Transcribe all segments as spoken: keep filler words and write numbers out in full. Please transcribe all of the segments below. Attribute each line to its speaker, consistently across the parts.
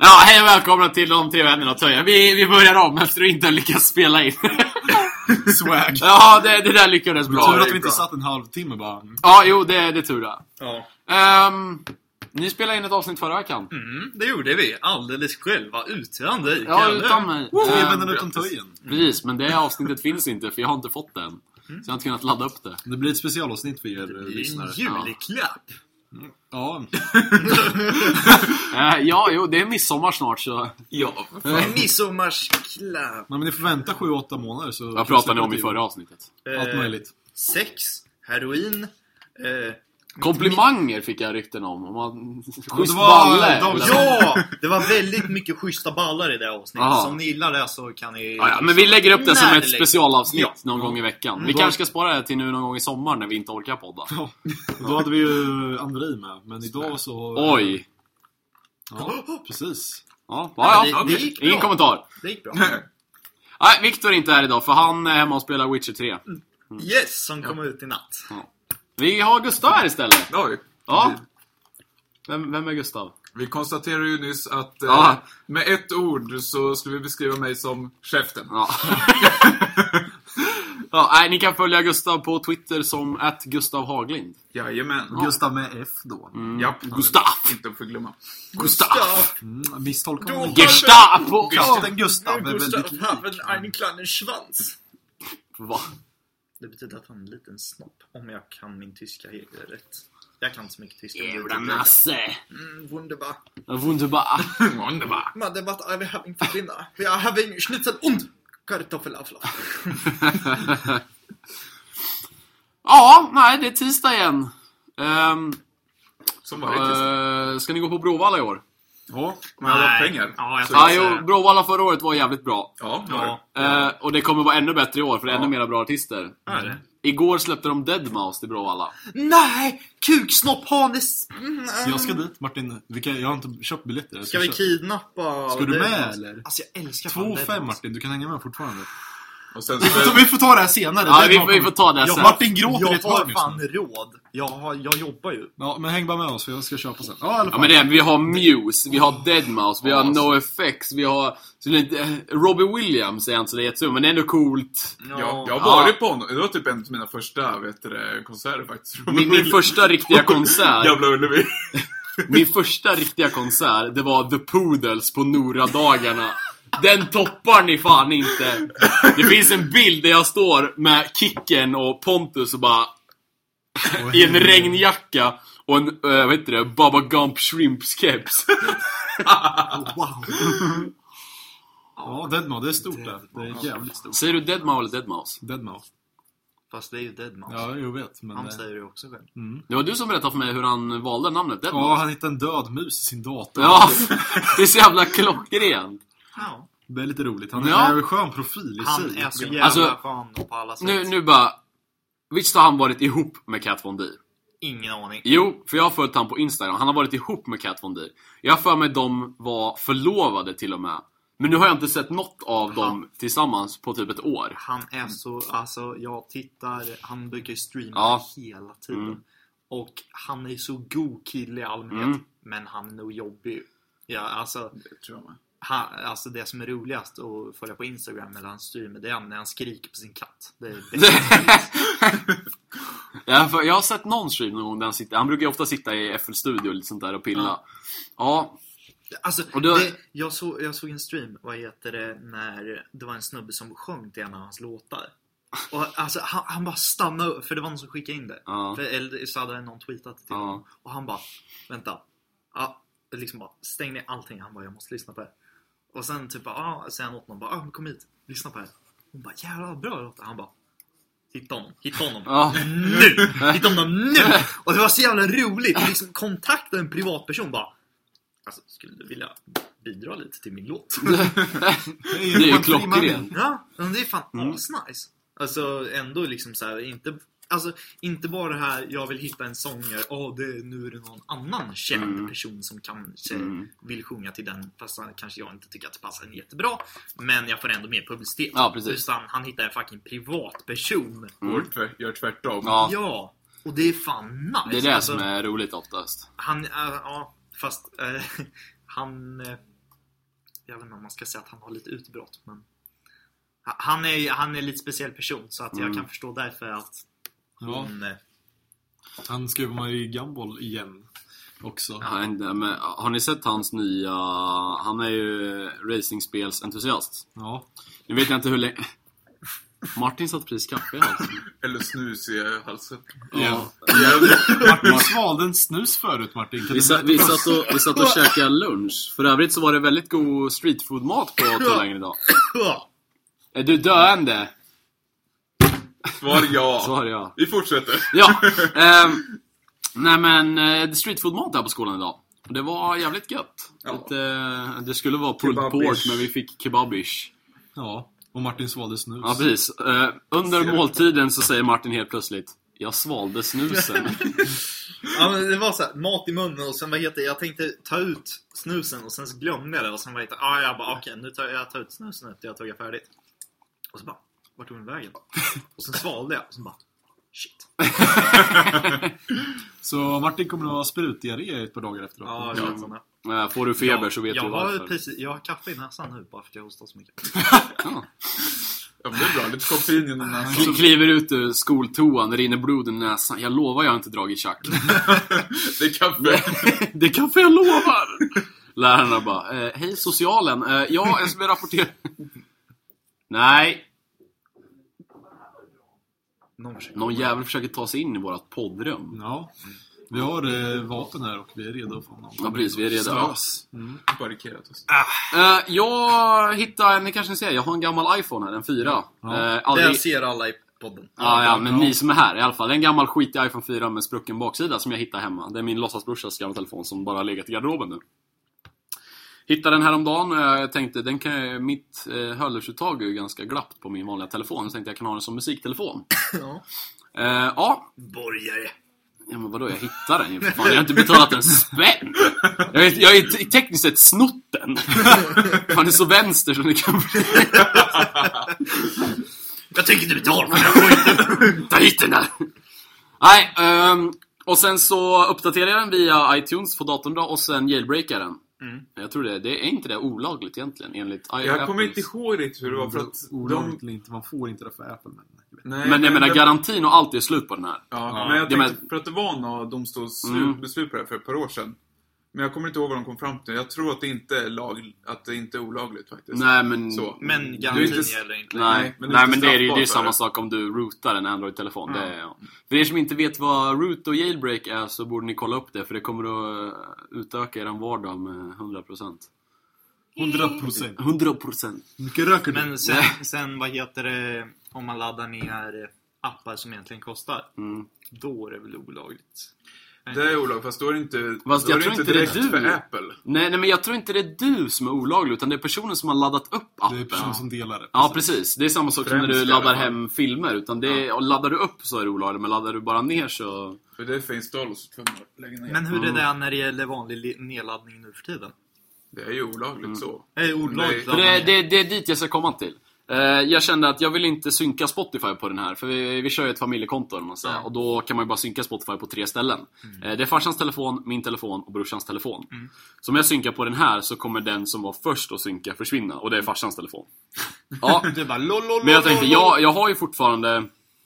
Speaker 1: Ja, hej och välkomna till de tre vännerna och Töja. Vi, vi börjar om efter att inte lyckas spela in.
Speaker 2: Swag.
Speaker 1: Ja, det, det där lyckades bra.
Speaker 2: Tur att vi inte satt en halvtimme bara.
Speaker 1: Ja, jo, det, det tur det.
Speaker 3: Ja.
Speaker 1: Um, ni spelade in ett avsnitt förra veckan.
Speaker 3: Mm, det gjorde vi. Alldeles själva. Utan dig.
Speaker 1: Ja, utan mig.
Speaker 2: Tre
Speaker 1: Um,
Speaker 2: vänner utan Töjen.
Speaker 1: Precis, men det avsnittet finns inte för jag har inte fått den. Så jag har inte kunnat ladda upp det.
Speaker 2: Det blir ett specialavsnitt för er
Speaker 3: Det är
Speaker 2: lyssnare.
Speaker 3: en julklapp.
Speaker 2: Ja.
Speaker 1: Uh, ja, jo, det är midsommar snart så...
Speaker 3: Ja, en midsommarsklapp.
Speaker 2: Men ni får vänta sju åtta månader så...
Speaker 1: Vad pratade ni om i förra avsnittet?
Speaker 2: Allt möjligt.
Speaker 3: Sex, heroin, eh,
Speaker 1: Komplimanger fick jag rykten om. Om man... Schysst
Speaker 2: det var-
Speaker 1: balle.
Speaker 2: David-
Speaker 1: eller?
Speaker 3: Ja, det var väldigt mycket schyssta ballar i det avsnittet.
Speaker 1: Aha.
Speaker 3: Om ni gillar det så kan ni...
Speaker 1: Ja, ja, men vi lägger upp det som
Speaker 3: När
Speaker 1: ett
Speaker 3: det lägger-
Speaker 1: specialavsnitt
Speaker 3: Ja.
Speaker 1: någon gång i veckan. Vi
Speaker 2: Mm.
Speaker 1: kanske ska spara det till nu någon gång i sommar när vi inte orkar podda.
Speaker 2: Ja. Då hade vi ju Andrei med. Men idag så...
Speaker 1: Oj.
Speaker 2: Ja, precis.
Speaker 1: Ja, ja, ja.
Speaker 3: Det- det gick
Speaker 1: Ingen
Speaker 3: bra.
Speaker 1: kommentar.
Speaker 3: Det gick bra.
Speaker 1: Nej, Victor är inte här idag för han är hemma och spelar Witcher tre.
Speaker 3: Yes, som kom ut i natt.
Speaker 1: Vi har Gustav här istället.
Speaker 4: Oj.
Speaker 1: Ja. Vem, vem är Gustav?
Speaker 4: Vi konstaterade ju nyss att
Speaker 1: Ja.
Speaker 4: eh, med ett ord så skulle vi beskriva mig som käften.
Speaker 1: Ja. Ja, nej, ni kan följa Gustav på Twitter som at Gustav Haglind.
Speaker 4: Jajamän.
Speaker 2: Gustav med F då.
Speaker 4: Ja,
Speaker 1: Gustav.
Speaker 4: Inte att förglömma.
Speaker 1: Gustav.
Speaker 2: Mm, misstolkar man.
Speaker 3: Då-
Speaker 1: Gestapo.
Speaker 2: Kapten Gustav är väldigt
Speaker 3: Gustav
Speaker 2: lik.
Speaker 3: har en kleinen schwanz.
Speaker 1: Va?
Speaker 3: Det betyder att han är en liten snopp. Om jag kan min tyska helt rätt. Jag kan inte så mycket tyska.
Speaker 1: Jävla nasse.
Speaker 3: Mm, wunderbar.
Speaker 1: Wunderbar.
Speaker 4: Wunderbar.
Speaker 3: Men what are we having for dinner? We are having schnitzel und kartoffelafflar.
Speaker 1: Ja, nej, det är tisdag igen. Um,
Speaker 4: Som var riktigt.
Speaker 1: uh, ska ni gå på Bråvalla i år?
Speaker 2: Ja.
Speaker 4: Men alla pengar.
Speaker 3: Ja, jag
Speaker 4: Så-
Speaker 1: Ja,
Speaker 3: tänkte
Speaker 1: jo,
Speaker 3: säga.
Speaker 1: Bråvalla förra året var jävligt bra.
Speaker 4: Ja,
Speaker 3: Ja,
Speaker 1: Uh, och det kommer vara ännu bättre i år för det är
Speaker 4: Ja.
Speaker 1: ännu mera bra artister.
Speaker 3: är det?
Speaker 1: Igår släppte de Deadmau five till Bråvalla.
Speaker 3: Nej! Kuksnopp, hanes... Mm,
Speaker 2: Jag ska dit, Martin. Vi kan, jag har inte köpt biljetter. Jag
Speaker 3: Ska vi
Speaker 2: köpa-
Speaker 3: kidnappa...
Speaker 2: Ska du
Speaker 3: det?
Speaker 2: med, eller?
Speaker 3: Alltså jag älskar
Speaker 2: Två
Speaker 3: fan
Speaker 2: fem
Speaker 3: Deadmau five.
Speaker 2: Martin, du kan hänga med fortfarande.
Speaker 4: Och sen
Speaker 2: Vi får, ta,
Speaker 4: så...
Speaker 2: vi får ta det här senare.
Speaker 1: Ja,
Speaker 2: Det
Speaker 1: vi,
Speaker 2: har
Speaker 1: vi får ta det
Speaker 2: Ja,
Speaker 1: sen.
Speaker 2: Martin gråter i
Speaker 3: Jag
Speaker 2: ett
Speaker 3: har
Speaker 2: hörn just
Speaker 3: fan
Speaker 2: nu.
Speaker 3: råd. Jag, har, jag jobbar ju.
Speaker 2: Ja, men häng bara med oss för jag ska köpa sen. Ja, i alla
Speaker 1: Ja,
Speaker 2: fall.
Speaker 1: men det är, vi har Muse, vi har Deadmau five, vi har NoFX, vi har... så det är inte- eh, Robbie Williams är inte så det jättesum, men det är ändå coolt.
Speaker 4: Jag, jag har
Speaker 1: Ja.
Speaker 4: varit på honom. Det var typ en av mina första vet du, det, konserter faktiskt.
Speaker 1: Min, min första riktiga konsert...
Speaker 4: Jävla Ullevi.
Speaker 1: Min första riktiga konsert, det var The Poodles på Nora-dagarna. Den toppar ni fan inte. Det finns en bild där jag står med Kicken och Pontus och bara i en regnjacka och en, äh, vad heter det, Baba Gump Shrimps keps.
Speaker 2: Wow. Ja, Deadmau, det är stort där. Det är jävligt stort.
Speaker 1: Säger du Deadmau eller Deadmau five?
Speaker 2: Deadmau.
Speaker 3: Fast det är ju Deadmau.
Speaker 2: Ja, jag vet. Men,
Speaker 3: Han
Speaker 2: eh,
Speaker 3: säger det också själv.
Speaker 1: Det var du som berättade för mig hur han valde namnet Deadmau
Speaker 2: ja,
Speaker 1: five.
Speaker 2: han hittade en död mus i sin dator.
Speaker 1: Ja, det är så jävla klockrent.
Speaker 3: Ja.
Speaker 2: Det är lite roligt. Han är
Speaker 1: Ja.
Speaker 2: en skön profil i
Speaker 3: Han
Speaker 2: sig.
Speaker 3: är så jävla
Speaker 1: Alltså,
Speaker 3: skön på alla sätt.
Speaker 1: Nu, nu bara... Visst har han varit ihop med Kat Von D?
Speaker 3: Ingen aning.
Speaker 1: Jo, för jag har följt han på Instagram. Han har varit ihop med Kat Von D. Jag har för mig de var förlovade till och med. Men nu har jag inte sett något av dem tillsammans på typ ett år.
Speaker 3: Han är så, alltså jag tittar, han brukar ju streama
Speaker 1: Ja.
Speaker 3: hela tiden.
Speaker 1: Mm.
Speaker 3: Och han är så god kille i allmänhet.
Speaker 1: Mm.
Speaker 3: Men han är nog jobbig. Ja, alltså,
Speaker 4: Det tror jag med.
Speaker 3: han, alltså det som är roligast att följa på Instagram eller han streamer, det är när han skriker på sin katt. Det är bäst.
Speaker 1: Ja, för jag har sett någon stream någon gång där han sitter. Han brukar ju ofta sitta i F L-studio och lite sånt där och pilla. Ja,
Speaker 3: Alltså,
Speaker 1: Och då-
Speaker 3: det, jag, såg, jag såg en stream, vad heter det, när det var en snubbe som sjöng till en av hans låtar. Och alltså, han, han bara stannade upp, för det var någon som skickade in det.
Speaker 1: Ja.
Speaker 3: För, eller så hade någon tweetat till
Speaker 1: Ja.
Speaker 3: honom. Och han bara, vänta. Ja, liksom bara, stäng ner allting. Han bara, jag måste lyssna på det. Och sen typ bara, ah, säger han åt någon, bara, ah, kom hit, lyssna på det. Hon bara, jävla bra låtar. Han bara, hitta honom, hitta honom.
Speaker 1: Ja.
Speaker 3: Nu! Hitta honom nu! Och det var så jävla roligt. Liksom kontakta en privatperson bara, alltså, skulle du vilja bidra lite till min låt?
Speaker 1: det är ju klockrent.
Speaker 3: Ja, men det är fan
Speaker 1: Mm.
Speaker 3: asnice. Alltså ändå liksom så här, inte, alltså inte bara det här, jag vill hitta en sångare, åh oh, det nu är det någon annan känd
Speaker 1: Mm.
Speaker 3: person som kanske
Speaker 1: Mm.
Speaker 3: vill sjunga till den, fast han, kanske jag inte tycker att det passar en jättebra, men jag får ändå mer publicitet.
Speaker 1: Ja, precis.
Speaker 3: Utan han hittar en fucking privatperson.
Speaker 1: Mm.
Speaker 4: Gör tvärt- Gör tvärtom.
Speaker 1: Ja,
Speaker 3: Ja, och det är fan nice.
Speaker 1: det är det
Speaker 3: alltså,
Speaker 1: som är roligt oftast.
Speaker 3: Han, äh, ja, fast äh, han, äh, jag vet inte om man ska säga att han har lite utbrott, men han är, han är lite speciell person, så att jag
Speaker 1: Mm.
Speaker 3: kan förstå därför att
Speaker 2: Ja.
Speaker 3: hon, eh,
Speaker 2: Han ska vara med i Gumball igen också.
Speaker 1: Ja, inte, men har ni sett hans nya... Han är ju racingspelsentusiast.
Speaker 2: Ja.
Speaker 1: Nu vet jag inte hur länge... Martin satt precis kaffe i halsen.
Speaker 4: Eller snus i halsen.
Speaker 2: Ja. Martin svalde en snus förut, Martin. Kan
Speaker 1: Vi,
Speaker 2: du
Speaker 1: sa, vi, satt och, vi satt och käkade lunch. För övrigt så var det väldigt god streetfood-mat på Tullängre idag. Är du döende?
Speaker 4: Svar ja.
Speaker 1: Så har jag.
Speaker 4: Vi fortsätter.
Speaker 1: Ja, ehm, nej men eh, streetfood-mat här på skolan idag. Det var jävligt gött.
Speaker 4: Ja.
Speaker 1: Lite, eh, det skulle vara pulled
Speaker 4: Kebabish.
Speaker 1: pork, men vi fick kebabish.
Speaker 2: Ja, och Martin svalde snus.
Speaker 1: Ja, precis. Eh, under måltiden så säger Martin helt plötsligt: jag svalde snusen.
Speaker 3: ja, men det var så här, mat i munnen och sen vad heter jag tänkte ta ut snusen och sen så glömde jag det och sen var det ah, jag bara okej, nu tar jag tar ut snusen efter jag tagit färdigt. Och så bara, vart tog den vägen? Och sen svalde jag och sen bara shit.
Speaker 2: Så Martin kommer att ha sprutdiarré ett par dagar efteråt.
Speaker 3: Ja,
Speaker 4: Ja.
Speaker 3: ja. Såna.
Speaker 1: Eh, får du feber så vet
Speaker 3: jag
Speaker 1: du
Speaker 3: har
Speaker 1: varför.
Speaker 3: precis, jag har kaffe i näsan nu bara för att jag hostar så mycket.
Speaker 1: Ja.
Speaker 4: Ja, men det är bra. Lite koffein genom näsan.
Speaker 1: Kli- Kliver ut ur skoltoan, det rinner blod i näsan. Jag lovar jag har inte dragit tjack.
Speaker 4: Det är kaffe.
Speaker 1: Det kan för jag lovar. Lärarna bara, eh, hej socialen. Eh, ja, jag ska rapportera. Nej,
Speaker 3: Någon försöker.
Speaker 1: någon jävel försöker ta sig in i vårat poddrum.
Speaker 2: Ja. Vi har eh, vapen här och vi är redo för honom.
Speaker 1: Ja, precis, vi är redo.
Speaker 2: Slös.
Speaker 4: Barrikerat oss.
Speaker 1: Eh, jag hittade, ni kanske ser, jag har en gammal iPhone här, en fyra.
Speaker 2: Ja.
Speaker 1: Eh,
Speaker 3: Det
Speaker 1: aldrig,
Speaker 3: ser alla i podden.
Speaker 1: ja, ja, men
Speaker 2: Ja.
Speaker 1: ni som är här i alla fall. Det är en gammal skitig iPhone fyra med sprucken baksida som jag hittade hemma. Det är min låtsasbrorsas gamla telefon som bara har legat i garderoben nu. Hittade den här om dagen och jag tänkte, den kan jag, mitt eh, hörlursuttag är ju ganska glappt på min vanliga telefon. Så tänkte jag kan ha den som musiktelefon.
Speaker 3: Ja.
Speaker 1: Eh, ja,
Speaker 3: Borgare.
Speaker 1: ja, men vadå, jag hittade den ju för fan. Jag har inte betalat en spänn. Jag, är, jag är te- tekniskt sett snott den. Han är så vänster som det kan bli.
Speaker 3: Jag tänker inte betala för den skiten.
Speaker 1: Ta hit den där. Nej, ehm, och sen så uppdaterade jag den via iTunes på datorn då, och sen jailbreakade den.
Speaker 3: Mm.
Speaker 1: Jag tror det, det är inte det olagligt egentligen enligt i-
Speaker 4: Jag kommer
Speaker 1: Apples.
Speaker 4: inte ihåg riktigt hur det var för att
Speaker 2: Olagligt
Speaker 4: de...
Speaker 2: eller inte, man får inte det för Apple. Men...
Speaker 4: Nej,
Speaker 1: Men jag menar,
Speaker 4: det-
Speaker 1: garantin och allt är slut på den här.
Speaker 4: Ja, men jag
Speaker 1: det
Speaker 4: tänkte
Speaker 1: men-
Speaker 4: för att det var några domstolsbeslut
Speaker 1: Mm.
Speaker 4: beslut på det här för ett par år sedan. Men jag kommer inte ihåg vad de kom fram till. Jag tror att det inte är lag, att det inte är olagligt faktiskt.
Speaker 1: Nej, men...
Speaker 4: Så.
Speaker 3: Men
Speaker 4: Du är
Speaker 3: garantin
Speaker 4: inte-
Speaker 3: gäller inte.
Speaker 1: Nej,
Speaker 4: Nej,
Speaker 1: men
Speaker 4: men
Speaker 1: det,
Speaker 4: det är
Speaker 1: Nej,
Speaker 4: inte
Speaker 1: men det är ju det är
Speaker 4: straffbart för
Speaker 1: samma
Speaker 4: det.
Speaker 1: sak om du rootar en Android-telefon.
Speaker 4: Ja.
Speaker 1: Det är, ja. För er som inte vet vad root och jailbreak är så borde ni kolla upp det, för det kommer att eh, utöka er vardag med hundra procent.
Speaker 2: hundra procent.
Speaker 1: hundra procent.
Speaker 2: Mycket röker du?
Speaker 3: Men sen, sen, vad heter det, om man laddar ner appar som egentligen kostar,
Speaker 1: Mm.
Speaker 3: då är det väl olagligt.
Speaker 4: Det är olagligt, fast då är det inte,
Speaker 1: Fast
Speaker 4: då
Speaker 1: jag
Speaker 4: är
Speaker 1: tror
Speaker 4: det
Speaker 1: inte
Speaker 4: inte
Speaker 1: det är
Speaker 4: direkt
Speaker 1: du.
Speaker 4: för Apple.
Speaker 1: Nej, nej, men jag tror inte det är du som är olaglig, utan det är personen som har laddat upp appen.
Speaker 2: Det är personen som delar det.
Speaker 1: Ja, precis. Det är samma sak som när
Speaker 4: Främst
Speaker 1: du
Speaker 4: i alla
Speaker 1: laddar
Speaker 4: fall.
Speaker 1: hem filmer. Utan det är, och laddar du upp så är det olagligt, men laddar du bara ner så...
Speaker 4: För det är för install och så tvungen att lägga ner.
Speaker 3: Men hur är
Speaker 1: Mm.
Speaker 3: det när det gäller vanlig li- nedladdning nu för tiden?
Speaker 4: Det är ju olagligt
Speaker 1: Mm.
Speaker 4: så.
Speaker 3: Är det olagligt?
Speaker 4: Nej.
Speaker 1: För det, det, det är dit jag ska komma till. Eh, jag kände att jag vill inte synka Spotify på den här. För vi, vi kör ju ett familjekonto, om man säger.
Speaker 3: Ja.
Speaker 1: Och då kan man ju bara synka Spotify på tre ställen. Eh, det är farsans telefon, min telefon och brorsans telefon.
Speaker 3: Mm.
Speaker 1: Så om jag synkar på den här så kommer den som var först att synka försvinna. Och det är farsans telefon. Ja,
Speaker 3: Det är bara lololol.
Speaker 1: men jag tänkte, jag, jag har ju fortfarande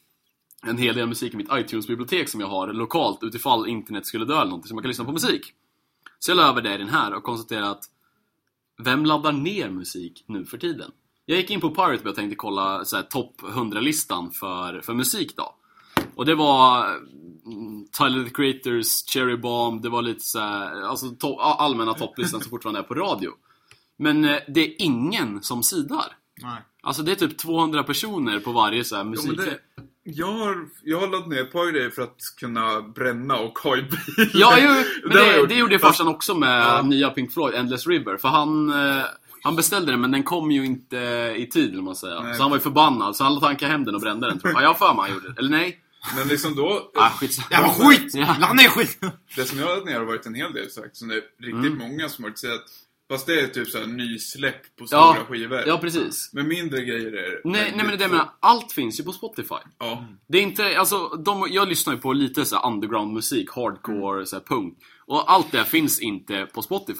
Speaker 1: en hel del musik i mitt iTunes-bibliotek som jag har lokalt utifall internet skulle dö eller någonting, så man kan lyssna på musik. Så jag la över det i den här och konstaterade att vem laddar ner musik nu för tiden? Jag gick in på Pirate Bay och tänkte kolla så här, topp hundra-listan för, för musik då. Och det var mm, Tyler the Creators, Cherry Bomb, det var lite så här, alltså to- allmänna topplistan som fortfarande är på radio. Men eh, det är ingen som sidar.
Speaker 3: Nej.
Speaker 1: Alltså det är typ tvåhundra personer på varje så här
Speaker 4: Jo,
Speaker 1: musik.
Speaker 4: men det, jag, har, jag har laddat ner ett par grejer för att kunna bränna och ha i bil.
Speaker 1: Ja, ju, men
Speaker 4: Det har jag
Speaker 1: det,
Speaker 4: gjort.
Speaker 1: det gjorde farsan också med
Speaker 4: Ja.
Speaker 1: nya Pink Floyd, Endless River. För han, eh, han beställde den, men den kom ju inte i tid, vill man säga.
Speaker 4: Nej.
Speaker 1: Så han var ju förbannad, så han tankade hem den och brände den, tror jag. Ja, jag har för mig han gjorde det. Eller nej?
Speaker 4: Men liksom då,
Speaker 1: Ah, skit.
Speaker 3: Ja, men skit!
Speaker 1: Ja.
Speaker 3: Ladda ner skit!
Speaker 4: det som jag har laddat ner har varit en hel del sagt. Så det är riktigt
Speaker 1: Mm.
Speaker 4: många som har sagt att fast det är typ så här nysläpp på
Speaker 1: Ja.
Speaker 4: stora skivor.
Speaker 1: Ja, precis.
Speaker 4: Men mindre grejer är
Speaker 1: Nej,
Speaker 4: väldigt
Speaker 1: nej men det är
Speaker 4: få.
Speaker 1: menar, allt finns ju på Spotify.
Speaker 4: Ja.
Speaker 1: Det är inte, alltså, de, jag lyssnar ju på lite så här underground musik, hardcore, så här punk. Och allt det finns inte på Spotify.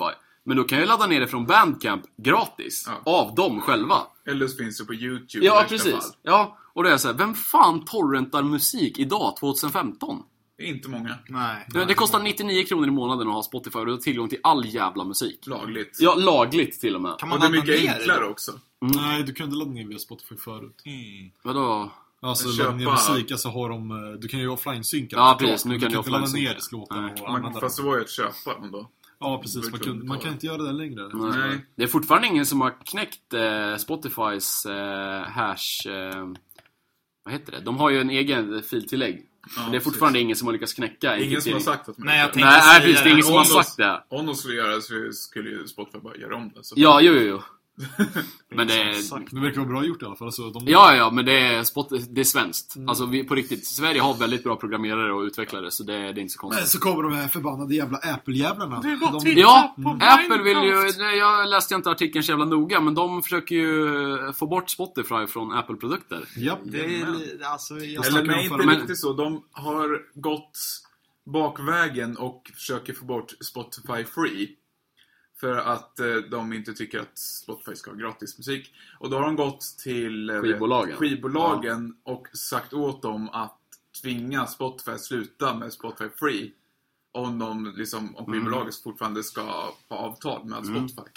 Speaker 1: Men då kan jag ladda ner det från Bandcamp gratis.
Speaker 4: Ja.
Speaker 1: Av dem själva.
Speaker 4: Eller så finns det på YouTube.
Speaker 1: Ja,
Speaker 4: i värsta
Speaker 1: precis.
Speaker 4: fall.
Speaker 1: Ja, och då är jag så här, vem fan torrentar musik idag, tjugohundrafemton?
Speaker 4: Det är inte många.
Speaker 3: Nej.
Speaker 1: Det kostar nittionio kronor i månaden att ha Spotify och du har tillgång till all jävla musik.
Speaker 4: Lagligt.
Speaker 1: Ja, lagligt till och med.
Speaker 3: Kan
Speaker 4: Och
Speaker 3: man
Speaker 4: det är
Speaker 3: ladda
Speaker 4: mycket
Speaker 3: ner
Speaker 4: enklare
Speaker 3: det?
Speaker 4: också.
Speaker 2: Nej, du kunde ladda ner via Spotify förut.
Speaker 3: Mm.
Speaker 1: Vadå?
Speaker 2: Alltså
Speaker 4: Köpa-
Speaker 2: ladda ner musik, alltså har de... eh, Du kan ju offline-synka.
Speaker 1: Ja,
Speaker 2: såklart,
Speaker 1: precis, nu
Speaker 2: men
Speaker 1: kan du
Speaker 2: inte ladda
Speaker 1: offline-synka.
Speaker 2: ner låten
Speaker 1: Nej.
Speaker 2: och
Speaker 4: Man,
Speaker 2: använda
Speaker 4: fast det
Speaker 2: den.
Speaker 4: var ju att köpa dem då.
Speaker 2: Ja, precis. Man kan, man kan inte göra det längre.
Speaker 4: Nej.
Speaker 1: Det är fortfarande ingen som har knäckt eh, Spotifys eh, hash... Eh, vad heter det? De har ju en egen filtillägg.
Speaker 4: Ja,
Speaker 1: Men det är fortfarande ingen som har lyckats knäcka.
Speaker 4: Ingen som har sagt att man
Speaker 3: Nej, jag
Speaker 4: inte-
Speaker 3: tänkte
Speaker 1: Nej,
Speaker 3: säga
Speaker 1: precis, det är ingen som har
Speaker 4: Om de-
Speaker 1: sagt det.
Speaker 4: Om de skulle göra det så skulle ju Spotify bara göra om det. Så.
Speaker 1: Ja, jo, jo, jo. Men det är...
Speaker 2: Det verkar vara bra gjort i alla fall. Alltså, de...
Speaker 1: Ja, ja, men det är, spot, det är svenskt. Alltså, vi, på riktigt, Sverige har väldigt bra programmerare och utvecklare, så det, det är inte så
Speaker 2: Men
Speaker 1: konstigt.
Speaker 2: så kommer de här förbannade jävla Apple-jävlarna. De...
Speaker 1: Ja,
Speaker 4: på
Speaker 1: Apple vill ju... Jag läste inte artikeln så jävla noga, men de försöker ju få bort Spotify från Apple-produkter.
Speaker 2: Japp.
Speaker 3: Det är, alltså, jag
Speaker 4: Eller
Speaker 2: snackar
Speaker 4: nej,
Speaker 2: om
Speaker 4: inte
Speaker 1: förra-
Speaker 4: riktigt så. De har gått bakvägen och försöker få bort Spotify Free. För att eh, de inte tycker att Spotify ska ha gratis musik. Och då har de gått till eh,
Speaker 1: Skivbolagen.
Speaker 4: skivbolagen och sagt åt dem att tvinga Spotify att sluta med Spotify Free. Om de liksom, om skivbolaget fortfarande ska ha avtal med Spotify.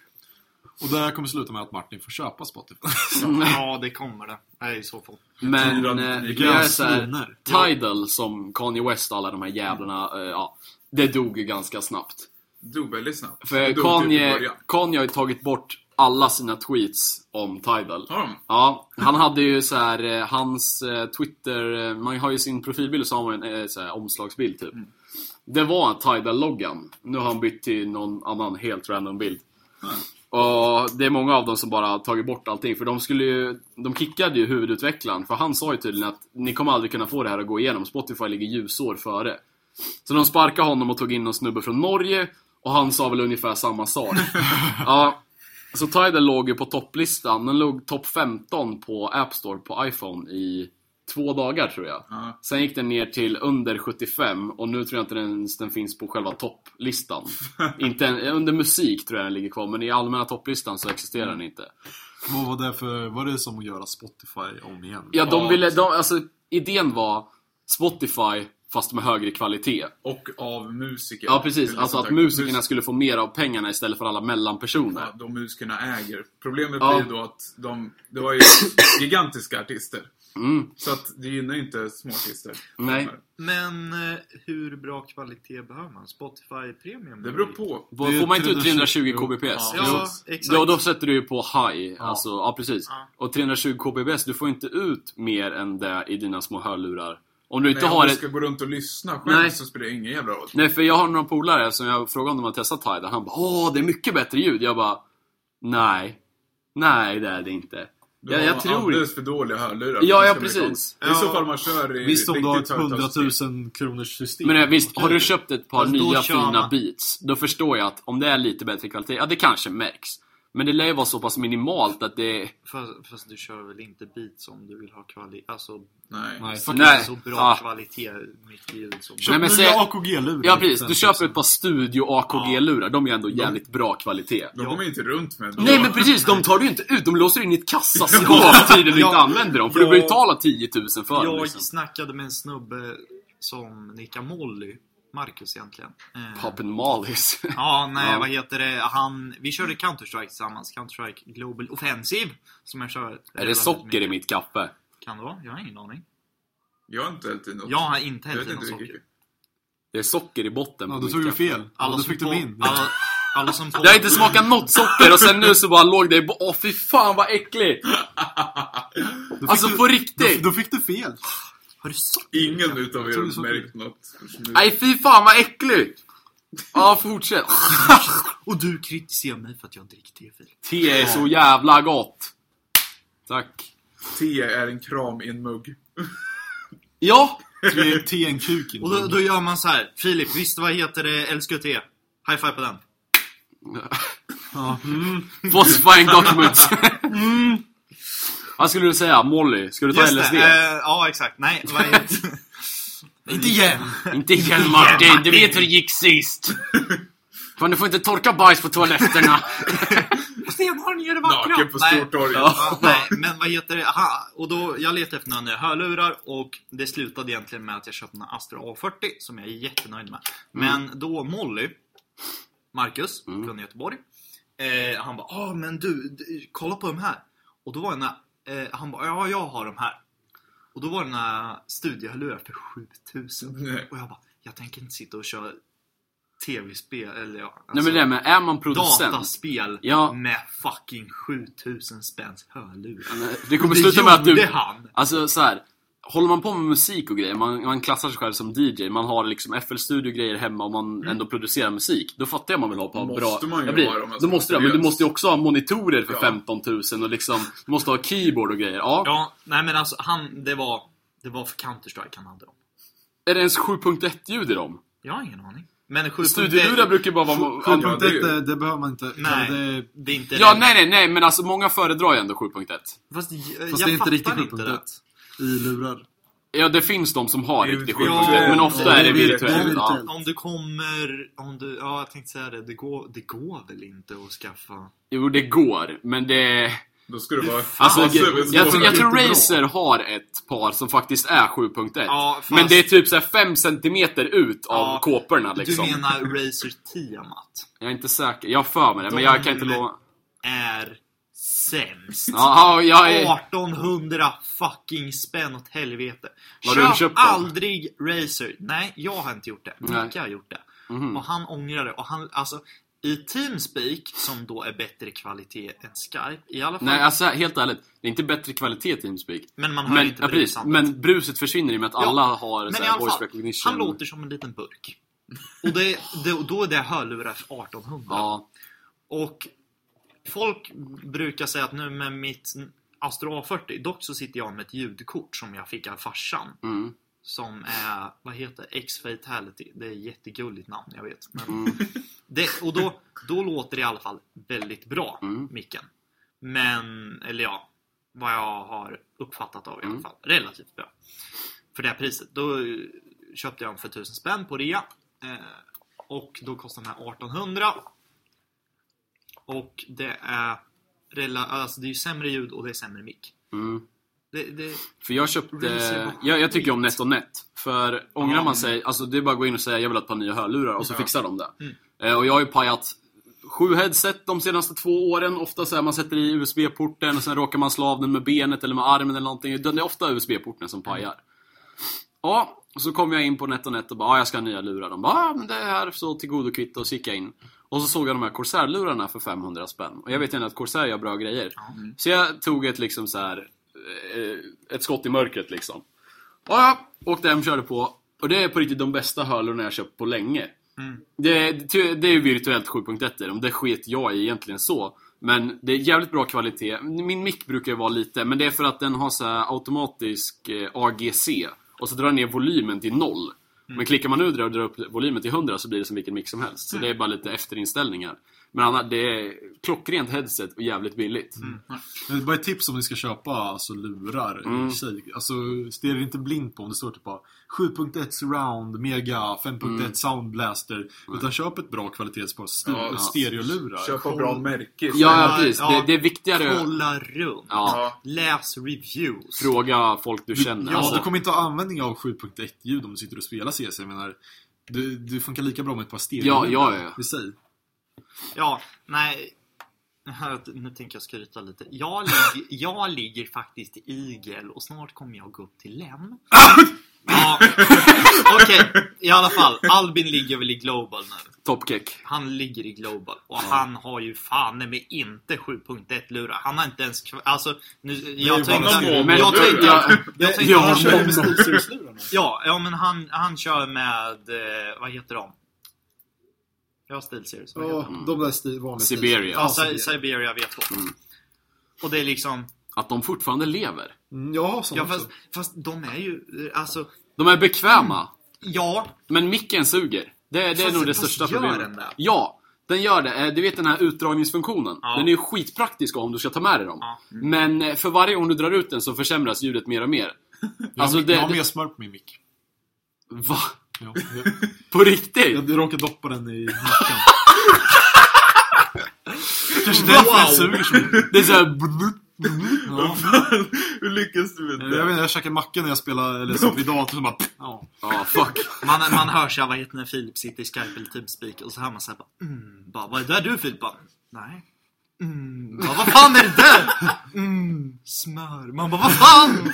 Speaker 2: Och det här kommer sluta med att Martin får köpa Spotify.
Speaker 3: Ja, det kommer det. Nej, i så fall.
Speaker 1: Men
Speaker 4: Fyra-
Speaker 1: eh,
Speaker 4: vilka
Speaker 1: det är så här,
Speaker 2: sviner.
Speaker 1: Tidal som Kanye West och alla de här jävlarna, eh, ja, det dog ju ganska snabbt.
Speaker 4: Det dog väldigt snabbt. Det
Speaker 1: För
Speaker 4: dog typ i
Speaker 1: Kanye,
Speaker 4: början.
Speaker 1: Kanye har ju tagit bort alla sina tweets om Tidal.
Speaker 4: Har de?
Speaker 1: Ja, han hade ju så här eh, hans eh, Twitter, eh, man har ju sin profilbild och så har man en eh, så här, omslagsbild typ.
Speaker 4: Mm.
Speaker 1: Det var en Tidal-loggan. Nu har han bytt till någon annan helt random bild.
Speaker 4: Mm.
Speaker 1: Och det är många av dem som bara har tagit bort allting. För de skulle ju, de kickade ju huvudutvecklaren. För han sa ju tydligen att ni kommer aldrig kunna få det här att gå igenom. Spotify ligger ljusår före. Så de sparkade honom och tog in någon snubbe från Norge. Och han sa väl ungefär samma sak. Ja, så Tidal låg ju på topplistan. Den låg topp femton på App Store på iPhone i två dagar tror jag.
Speaker 4: Ja.
Speaker 1: Sen gick den ner till under sjuttiofem. Och nu tror jag inte den, den finns på själva topplistan. Inte en, under musik tror jag den ligger kvar. Men i allmänna topplistan så existerar den inte.
Speaker 2: Vad var det för... Var det som att göra Spotify om igen?
Speaker 1: Ja, de
Speaker 4: Ja.
Speaker 1: ville, de, alltså idén var Spotify fast med högre kvalitet.
Speaker 4: Och av musiker.
Speaker 1: Ja, precis.
Speaker 4: Eller
Speaker 1: Alltså
Speaker 4: sånt
Speaker 1: att
Speaker 4: där.
Speaker 1: musikerna
Speaker 4: Mus-
Speaker 1: skulle få mer av pengarna istället för alla mellanpersoner.
Speaker 4: Ja, de musikerna äger. Problemet
Speaker 1: Ja.
Speaker 4: blir då att de, det var ju gigantiska artister.
Speaker 1: Mm.
Speaker 4: Så att det gynnar ju inte små artister.
Speaker 1: Nej.
Speaker 3: Men eh, hur bra kvalitet behöver man? Spotify Premium?
Speaker 4: Det beror på.
Speaker 1: Vad-
Speaker 2: Det är
Speaker 1: får man inte ut
Speaker 2: trehundratjugo
Speaker 1: trehundratjugo kbps?
Speaker 4: Ja.
Speaker 3: Ja,
Speaker 4: Jo.
Speaker 3: exakt.
Speaker 1: Då, då sätter du ju på high, alltså, ja precis.
Speaker 3: Ja.
Speaker 1: Och trehundratjugo kbps, du får inte ut mer än det i dina små hörlurar. Om du inte
Speaker 4: Nej,
Speaker 1: har
Speaker 4: om du
Speaker 1: ett...
Speaker 4: ska gå runt och lyssna själv
Speaker 1: Nej.
Speaker 4: så spelar det ingen jävla roll.
Speaker 1: Nej, för jag har några polare som jag frågade om de har testat Tidal. Han bara, åh, det är mycket bättre ljud. Jag bara, nej. Nej, det är det inte.
Speaker 4: Du
Speaker 1: Jag,
Speaker 4: har
Speaker 1: jag tror inte...
Speaker 4: alldeles för dåliga hörlurar.
Speaker 1: Ja, ja,
Speaker 4: Det ska bli
Speaker 1: precis.
Speaker 4: konstigt. Det är i så fall man kör i
Speaker 2: Visst om du har ett
Speaker 4: riktigt högtalarsystem.
Speaker 2: hundratusen kronors system.
Speaker 1: Men eh, visst,
Speaker 2: Okej.
Speaker 1: har du köpt ett par
Speaker 3: Fast då
Speaker 1: nya
Speaker 3: kör
Speaker 1: fina
Speaker 3: man-
Speaker 1: beats, då förstår jag att om det är lite bättre kvalitet, ja det kanske märks. Men det lär ju vara så pass minimalt att det...
Speaker 3: Fast, fast du kör väl inte beats om du vill ha kvalitet? Alltså,
Speaker 4: Nej.
Speaker 2: Nej,
Speaker 3: fuck,
Speaker 1: Nej.
Speaker 3: så bra
Speaker 1: Ah.
Speaker 3: kvalitet, mycket ljud som...
Speaker 2: Köp
Speaker 1: Nej, men
Speaker 2: nya
Speaker 1: säg-
Speaker 2: A K G-lurar.
Speaker 1: Ja precis, du köper ett par Studio A K G-lurar, de är ändå
Speaker 2: Mm.
Speaker 1: jävligt bra kvalitet.
Speaker 4: De kommer inte runt med.
Speaker 1: Nej men precis, de tar du inte ut, de låser in i ett kassaskåp tiden du
Speaker 3: Ja.
Speaker 1: inte använder dem. För du
Speaker 3: Ja.
Speaker 1: behöver betala tio tusen för dem
Speaker 3: Jag
Speaker 1: liksom.
Speaker 3: snackade med en snubbe som nickar Molly, Marcus egentligen. Eh,
Speaker 1: Poppin' Mollies.
Speaker 3: Ja, nej,
Speaker 1: Ja.
Speaker 3: vad heter det? Han, vi körde Counter-Strike tillsammans. Counter-Strike Global Offensive. Som jag kör.
Speaker 1: Är det
Speaker 3: relativt
Speaker 1: socker
Speaker 3: mycket.
Speaker 1: i mitt kaffe?
Speaker 3: Kan det vara? Jag har ingen aning.
Speaker 4: Jag har inte hällt i något.
Speaker 3: Jag har inte
Speaker 4: Jag
Speaker 3: hällt
Speaker 4: vet
Speaker 3: i någon
Speaker 4: inte
Speaker 3: socker.
Speaker 4: riktigt.
Speaker 1: Det är socker i botten
Speaker 2: Ja,
Speaker 1: på
Speaker 2: då
Speaker 1: mitt
Speaker 2: tog du
Speaker 1: kaffe.
Speaker 2: fel.
Speaker 3: Alla
Speaker 2: Ja, då
Speaker 3: som
Speaker 2: fick du
Speaker 3: på-
Speaker 2: min.
Speaker 3: Alla, alla som på...
Speaker 1: Det har inte smakat något socker och sen nu så bara låg det i bo- åh fy fan vad äckligt!
Speaker 2: Då fick
Speaker 1: Alltså
Speaker 2: du,
Speaker 1: på riktigt!
Speaker 2: Då, då fick du fel.
Speaker 3: Har du socker?
Speaker 4: Ingen utav er
Speaker 2: tror det är
Speaker 4: har
Speaker 2: så
Speaker 4: märkt något.
Speaker 1: Nej fy fan vad äckligt! Ja, fortsätt.
Speaker 3: Och du kritiserar mig för att jag dricker tefil.
Speaker 1: Te är så jävla gott. Tack.
Speaker 4: Te är en kram i en mugg.
Speaker 1: Ja!
Speaker 2: Tre te en kuk in.
Speaker 3: Och då, då gör man så här. Filip, visst vad heter det? Älskar te. High five på den.
Speaker 2: Ja. Mm.
Speaker 1: Falsifying documents. Vad skulle du säga? Molly? Ska du ta
Speaker 3: Just
Speaker 1: L S D?
Speaker 3: det, eh, ja exakt. Nej, vad heter
Speaker 2: Inte igen!
Speaker 1: Inte igen Martin, du vet hur det gick sist. Fan, du får inte torka bajs på toaletterna.
Speaker 3: Sten, har ni det vackra?
Speaker 4: Naken på
Speaker 3: Nej.
Speaker 4: Stortorget.
Speaker 3: Ja, nej, men vad heter det? Aha, och då, jag letade efter några nya hörlurar och det slutade egentligen med att jag köpte en Astro A fyrtio som jag är jättenöjd med. Men då Molly, Marcus
Speaker 1: Mm.
Speaker 3: från Göteborg, eh, han bara, ah men du, d- kolla på de här. Och då var det en, eh, han bara, ja jag har de här. Och då var det en studiehörlurar för sjutusen.
Speaker 4: Nej.
Speaker 3: Och jag bara, jag tänker inte sitta och köra tv-spel eller ja, alltså,
Speaker 1: Nej men det med, är man producent,
Speaker 3: dataspel
Speaker 1: Ja.
Speaker 3: med fucking sjutusen spänns hörlurar.
Speaker 1: det kommer
Speaker 3: Det
Speaker 1: sluta med att du...
Speaker 3: gjorde han.
Speaker 1: Alltså så här, håller man på med musik och grejer, man, man klassar sig själv som D J, man har liksom F L-studio-grejer hemma och man ändå producerar musik, då fattar jag man vill ha på
Speaker 4: Måste
Speaker 1: bra...
Speaker 4: man ju
Speaker 1: Jag blir,
Speaker 4: ha dem, alltså,
Speaker 1: då måste jag, men du
Speaker 4: seriöst.
Speaker 1: måste ju också ha monitorer för
Speaker 4: Ja.
Speaker 1: femton tusen och liksom, du måste ha keyboard och grejer. Ja.
Speaker 3: Ja, nej men alltså han, det var det var för Counter-Strike han hade dem.
Speaker 1: Är det ens sju punkt ett-ljud i dem?
Speaker 3: Jag har ingen aning. Men sju punkt ett
Speaker 1: Studiolurar brukar bara vara...
Speaker 2: sju
Speaker 4: Ja,
Speaker 2: punkt
Speaker 4: det är
Speaker 2: ett,
Speaker 4: ju-
Speaker 2: det, det behöver man inte.
Speaker 3: Nej,
Speaker 2: Det,
Speaker 3: det är inte
Speaker 1: Ja,
Speaker 3: det.
Speaker 1: nej, nej, nej, men alltså många föredrar ju ändå sju punkt ett.
Speaker 3: Fast, jag,
Speaker 2: fast
Speaker 3: jag
Speaker 2: det är inte
Speaker 3: fattar
Speaker 2: riktigt sju
Speaker 3: inte
Speaker 2: punkt
Speaker 3: det.
Speaker 2: ett i lurar.
Speaker 1: Ja, det finns de som har
Speaker 4: Det är
Speaker 1: riktigt
Speaker 4: ju-
Speaker 1: sju punkt ett,
Speaker 3: Ja,
Speaker 1: men ofta
Speaker 2: det
Speaker 1: är
Speaker 2: är
Speaker 1: det
Speaker 2: virtuellt.
Speaker 1: virtuellt. Ja.
Speaker 2: virtuellt.
Speaker 3: Om du kommer, om du, ja jag tänkte säga det, det går, det går väl inte att skaffa.
Speaker 1: Jo, det går, men det...
Speaker 4: Då ska det vara...
Speaker 1: Alltså,
Speaker 4: Alltså,
Speaker 1: jag,
Speaker 4: men-
Speaker 1: jag, tror- jag tror
Speaker 2: Jättebra.
Speaker 1: Razer har ett par som faktiskt är sju punkt ett.
Speaker 3: Ja, fast-
Speaker 1: Men det är typ så här fem centimeter ut av
Speaker 3: Ja,
Speaker 1: kåporna liksom.
Speaker 3: Du menar Razer Tiamat?
Speaker 1: Jag är inte säker, jag har för mig det, men
Speaker 3: De-
Speaker 1: jag kan inte lova.
Speaker 3: Är sämst.
Speaker 1: Ja, jag är...
Speaker 3: artonhundra fucking spänn åt helvete.
Speaker 1: Vad har du
Speaker 3: Köp
Speaker 1: köpt då?
Speaker 3: aldrig Razer. Nej, jag har inte gjort det.
Speaker 1: Nej.
Speaker 3: Micke har gjort det.
Speaker 1: Mhm.
Speaker 3: Och han ångrar det. Och han, alltså, i Teamspeak, som då är bättre kvalitet än Skype, i alla fall.
Speaker 1: Nej, alltså helt ärligt, det är inte bättre kvalitet i Teamspeak.
Speaker 3: men man hör
Speaker 1: Men,
Speaker 3: inte
Speaker 1: ja, precis,
Speaker 3: brusandet.
Speaker 1: men bruset försvinner i och med att
Speaker 3: Ja,
Speaker 1: alla har
Speaker 3: Men
Speaker 1: så
Speaker 3: i
Speaker 1: här
Speaker 3: alla
Speaker 1: voice
Speaker 3: fall,
Speaker 1: recognition.
Speaker 3: han låter som en liten burk. Och det, det, då är det hörlurar för artonhundra.
Speaker 1: Ja,
Speaker 3: Och folk brukar säga att nu med mitt Astro A fyrtio, dock så sitter jag med ett ljudkort som jag fick av farsan.
Speaker 1: mm,
Speaker 3: Som är, vad heter X-Fatality. Det är ett jättegulligt namn, jag vet. Men
Speaker 1: mm,
Speaker 3: det, och då, då låter det i alla fall väldigt bra,
Speaker 1: Mm.
Speaker 3: micken. Men, eller ja, vad jag har uppfattat av i alla
Speaker 1: Mm.
Speaker 3: fall. Relativt bra. För det här priset. Då eh, köpte jag dem för tusen spänn på rea. Eh, och då kostar den här artonhundra. Och det är, rela- alltså det är ju sämre ljud och det är sämre mick.
Speaker 1: mm.
Speaker 3: Det, det,
Speaker 1: För jag köpte,
Speaker 3: Razer var
Speaker 1: jag, jag tycker om NetOnNet. För ångrar
Speaker 3: Ja.
Speaker 1: man sig, alltså det är bara att gå in och säga jag vill ha ett par nya hörlurar och så
Speaker 4: Ja.
Speaker 1: fixar de det.
Speaker 3: Mm.
Speaker 1: Eh, Och jag har ju pajat sju headset de senaste två åren. Ofta så här, man sätter i U S B-porten och sen råkar man slå av den med benet eller med armen eller någonting. Det är ofta U S B-porten som pajar. Ja, och så kom jag in på NetOnNet och bara, ja jag ska ha nya lurar. De bara, ja men det är här så till godo kvitto, och så gick jag in. Och så såg jag de här Corsair-lurarna för femhundra spänn. Och jag vet ju att Corsair gör bra grejer.
Speaker 3: Mm.
Speaker 1: Så jag tog ett liksom så här eh, ett skott i mörkret liksom. Och jag åkte hem och körde på. Och det är på riktigt de bästa hörlurarna jag köpt på länge.
Speaker 3: Mm.
Speaker 1: Det, det är ju virtuellt sju punkt ett. Om det sket jag i egentligen så. Men det är jävligt bra kvalitet. Min mic brukar ju vara lite, men det är för att den har så här automatisk eh, A G C. Och så drar den ner volymen till noll. Men klickar man nu och drar upp volymen till hundra så blir det som vilken mic som helst. Så det är bara lite efterinställningar. Men annars, det är klockrent headset och jävligt billigt.
Speaker 2: Det är bara ett tips om ni ska köpa alltså, lurar
Speaker 1: Mm.
Speaker 2: i sig. Alltså, stirra inte blind på om det står typ bara sju punkt ett surround, mega, fem punkt ett
Speaker 1: Mm.
Speaker 2: sound blaster. Utan köp ett bra kvalitetspar stu-
Speaker 4: Ja, ja.
Speaker 2: stereolurar.
Speaker 4: Köpa bra märke.
Speaker 1: Ja, ja precis.
Speaker 3: Ja.
Speaker 1: Det, det är viktigare.
Speaker 3: Kolla runt.
Speaker 1: Ja,
Speaker 3: Läs reviews.
Speaker 1: fråga folk du känner.
Speaker 2: Ja,
Speaker 1: Alltså,
Speaker 2: du kommer inte ha användning av sju punkt ett-ljud om du sitter och spelar C S. Jag menar, du, du funkar lika bra med ett par stereolurar
Speaker 1: Ja, ja, ja.
Speaker 2: i sig.
Speaker 3: Ja, nej. Nu tänker jag skryta lite. Jag ligger, jag ligger faktiskt i igel och snart kommer jag gå upp till lem. Ja, okej. I alla fall, Albin ligger väl i Global nu.
Speaker 1: Topkick.
Speaker 3: Han ligger i Global och han har ju fan med inte sju punkt ett-lurar. Han har inte ens... kva- Alltså, nu, jag
Speaker 2: ju
Speaker 3: tänkte...
Speaker 4: bara
Speaker 3: Jag,
Speaker 4: mål.
Speaker 3: jag tänkte...
Speaker 1: Ja,
Speaker 3: Jag tänkte
Speaker 1: ja,
Speaker 3: han kör
Speaker 1: men-
Speaker 3: med
Speaker 2: SteelSeries-lurarna.
Speaker 3: Ja, ja, men han, han kör med... Eh, vad heter de? Ja, SteelSeries. Vad heter
Speaker 2: Ja,
Speaker 3: de?
Speaker 2: de där sti- vanliga
Speaker 1: Siberia.
Speaker 3: Ja,
Speaker 2: Siberia.
Speaker 3: Si- Siberia V två.
Speaker 1: Mm.
Speaker 3: Och det är liksom...
Speaker 1: Att de fortfarande lever.
Speaker 2: Mm, ja, sånt
Speaker 3: Ja,
Speaker 2: också.
Speaker 3: fast, fast de är ju... eh, Alltså...
Speaker 1: De är bekväma.
Speaker 3: Ja,
Speaker 1: Men micken suger. Det, det är
Speaker 3: Fast-
Speaker 1: nog det
Speaker 3: fast
Speaker 1: största
Speaker 3: gör
Speaker 1: problemet.
Speaker 3: den det?
Speaker 1: Ja, den gör det. Eh, Du vet den här utdragningsfunktionen.
Speaker 3: Ja.
Speaker 1: Den är ju skitpraktisk om du ska ta med dig dem.
Speaker 3: Ja.
Speaker 1: Men eh, för varje gång du drar ut den så försämras ljudet mer och mer.
Speaker 2: Jag,
Speaker 1: Alltså
Speaker 2: har,
Speaker 1: det...
Speaker 2: jag har
Speaker 1: det
Speaker 2: mer smör på min mick.
Speaker 1: va?
Speaker 2: Ja, jag,
Speaker 1: På riktigt?
Speaker 2: jag råkade doppa den i mackan. Kanske därför jag suger så mycket.
Speaker 1: Det är såhär...
Speaker 2: Ja.
Speaker 4: Hur lyckas du med det?
Speaker 2: Jag vet inte, jag käkar macka när jag spelar eller så vid datorn så bara... Ja,
Speaker 1: Ja, fuck.
Speaker 3: Man, man hör sig, vad heter när Filip sitter i Skype eller Teamspeak och så hör man såhär bara, mm, bara, vad är det där du Filip? Bara, nej. Mm, bara, vad fan är det där? Mm, smör. Man bara, vad fan?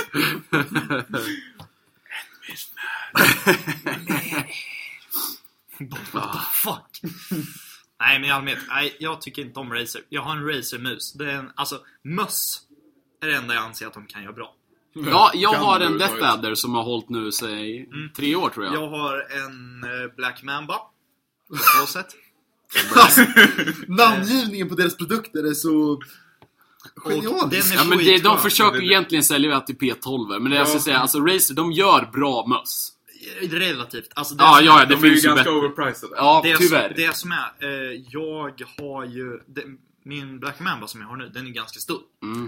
Speaker 3: What the fuck? Nej, men i allmänhet, nej, jag tycker inte om Razer. Jag har en Razer-mus. Det är en, alltså, möss är det enda jag anser att de kan göra bra.
Speaker 1: Ja, jag
Speaker 4: Kan
Speaker 1: har
Speaker 4: du
Speaker 1: en
Speaker 4: ta
Speaker 1: Death Adder som har hållit nu sig tre år tror jag.
Speaker 3: Jag har en eh, Black Mamba. På sätt.
Speaker 5: Namngivningen på deras produkter är så
Speaker 3: Och
Speaker 5: genialisk.
Speaker 3: den är
Speaker 1: Ja, men det,
Speaker 3: skitbra.
Speaker 1: de försöker egentligen sälja till P tolv. Men det jag ska säga, alltså Razer, de gör bra möss.
Speaker 3: Relativt. Alltså, det
Speaker 1: Ja,
Speaker 3: som-
Speaker 1: ja, det
Speaker 4: De är ju
Speaker 1: finns ju
Speaker 4: ganska
Speaker 1: bättre.
Speaker 4: overpriced.
Speaker 1: Ja,
Speaker 3: det,
Speaker 1: tyvärr.
Speaker 3: Som, det som är, eh, jag har ju det, min Black Mamba som jag har nu, den är ganska stor.
Speaker 1: Mm.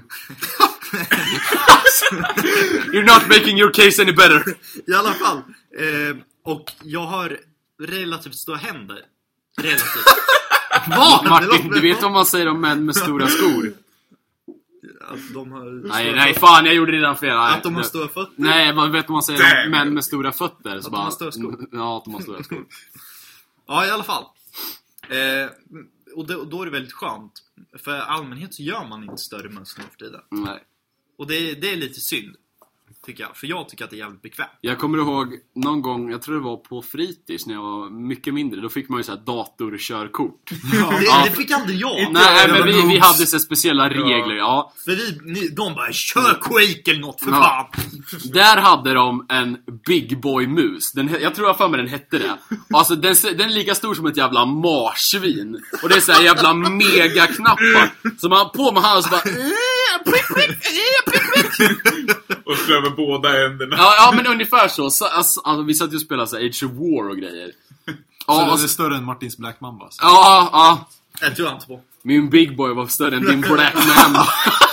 Speaker 1: You're not making your case any better.
Speaker 3: I alla fall. Eh, och jag har relativt stora händer. Relativt. Vad?
Speaker 1: Martin, du vet vad man säger om män med stora skor?
Speaker 3: Att de har
Speaker 1: Nej, nej, fan, jag gjorde redan fel. Nej,
Speaker 3: Att de har
Speaker 1: nej.
Speaker 3: stora fötter.
Speaker 1: Nej, man vet vad man säger
Speaker 4: Damn.
Speaker 1: om män med stora fötter. Så
Speaker 3: Att de
Speaker 1: bara,
Speaker 3: har stora skor.
Speaker 1: Ja, att de har stora skor.
Speaker 3: Ja, i alla fall. Eh, och, då, och då är det väldigt skönt. För allmänhet så gör man inte större möss nu för tiden.
Speaker 1: Nej.
Speaker 3: Och det, det är lite synd, tycker jag. För jag tycker att det är jävligt bekvämt.
Speaker 1: Jag kommer ihåg någon gång, jag tror det var på fritids när jag var mycket mindre. Då fick man ju så här datorkörkort.
Speaker 3: Det, det fick aldrig jag.
Speaker 1: Nej, men vi, vi
Speaker 2: noobs.
Speaker 1: hade så speciella regler, ja.
Speaker 3: För vi, ni, de bara, kör Quake eller något för
Speaker 1: Ja.
Speaker 3: fan.
Speaker 1: Där hade de en Big Boy mus. Den, he- jag tror jag för mig den hette det. Och alltså den, se- den är lika stor som ett jävla marsvin. Och det är så här jävla megaknappar. Så man på med handen så bara "Eh, prick, prick, eh, prick, prick."
Speaker 4: Och slår med båda änderna.
Speaker 1: ja, ja, men ungefär så, så alltså, alltså, vi satt ju och spelade så här Age of War och grejer.
Speaker 2: Så
Speaker 1: Ja,
Speaker 2: den
Speaker 1: och
Speaker 2: är
Speaker 1: så,
Speaker 2: större än Martins Black Mamba. Så.
Speaker 1: ja, ja.
Speaker 3: Jag tror inte på.
Speaker 1: Min Big Boy var större än din Black Mamba.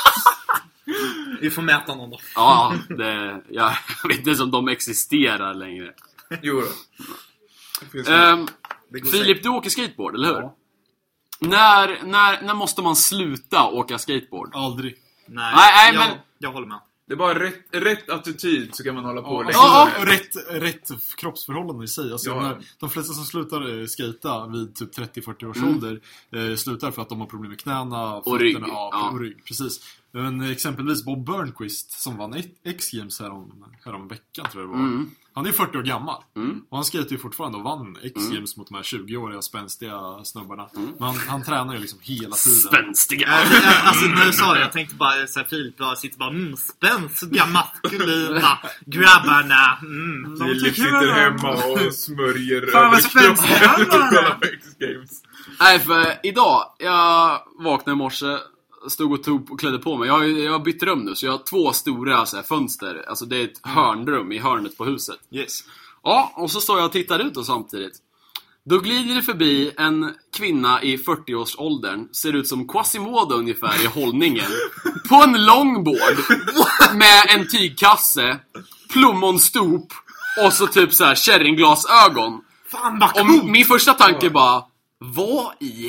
Speaker 3: Vi får mäta någon då.
Speaker 1: Ja, det, jag vet inte ens om de existerar längre.
Speaker 4: Jo då. Det finns
Speaker 1: Ehm,
Speaker 3: Det går
Speaker 1: Filip, du åker skateboard, eller hur? När, när, när måste man sluta åka skateboard?
Speaker 2: Aldrig.
Speaker 3: Nej,
Speaker 1: Nej, nej,
Speaker 3: jag,
Speaker 1: men-
Speaker 3: jag håller med.
Speaker 4: Det är bara rätt, rätt attityd så kan man hålla på
Speaker 2: Ja,
Speaker 4: länge.
Speaker 1: Ja,
Speaker 2: alltså, rätt, rätt kroppsförhållande i sig. Alltså,
Speaker 4: Ja.
Speaker 2: när de flesta som slutar eh, skata vid typ trettio till fyrtio års
Speaker 1: Mm.
Speaker 2: ålder eh, slutar för att de har problem med knäna,
Speaker 1: Och rygg,
Speaker 2: fötterna, ja,
Speaker 1: ja.
Speaker 2: och rygg. Precis. Men exempelvis Bob Burnquist som vann X-Games härom, härom veckan tror jag det var.
Speaker 1: Mm.
Speaker 2: Han är fyrtio år gammal.
Speaker 1: Mm.
Speaker 2: Och han skater ju fortfarande och vann X-Games mot de här tjugo-åriga spänstiga snubbarna. Men han, han tränar ju liksom hela tiden.
Speaker 1: Spänstiga.
Speaker 3: Jag, jag, alltså när du sa det, jag tänkte bara såhär Filip bara sitter bara mm, spänstiga maskulina grabbarna. Mm.
Speaker 4: Filip sitter hemma och smörjer
Speaker 5: Fan, vad
Speaker 4: överkroppen
Speaker 5: spännande.
Speaker 4: och kollar på X-Games.
Speaker 1: Nej, för idag, jag vaknade i morse, stod och tog och klädde på mig. Jag har, ju- jag har bytt rum nu, så jag har två stora så här, fönster. Alltså det är ett hörnrum i hörnet på huset.
Speaker 3: Yes.
Speaker 1: Ja, och så står jag och tittar ut och samtidigt. Då glider det förbi en kvinna i fyrtio-årsåldern, ser ut som Quasimodo ungefär i hållningen, på en longboard med en tygkasse, plommonstop och så typ så här kärringglasögon.
Speaker 3: Fan vad
Speaker 1: Och
Speaker 3: coolt!
Speaker 1: min första tanke bara, vad i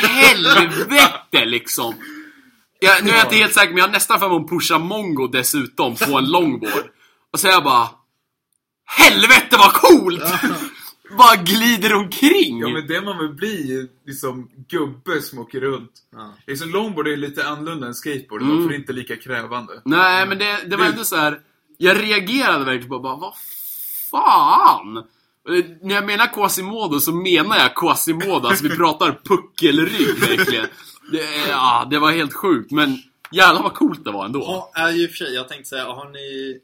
Speaker 1: helvete liksom? Jag, nu är jag inte helt säker, men jag har nästan för mig att pusha Mongo dessutom på en longboard. Och så är jag bara, helvete vad coolt! Bara glider omkring.
Speaker 4: Ja, men det man vill bli är liksom gubbe som åker runt.
Speaker 3: Ja.
Speaker 4: Liksom longboard är lite annorlunda än skateboard.
Speaker 1: Mm.
Speaker 4: Varför inte lika krävande?
Speaker 1: Nej, men det, det var ändå så här. Jag reagerade verkligen på bara, vad fan? Och det- När jag menar Quasimodo så menar jag Quasimodo. Alltså vi pratar puckelrygg verkligen. Det, ja, det var helt sjukt. Men jävlar vad coolt det var ändå.
Speaker 3: Ja, i och för sig, jag tänkte säga, har ni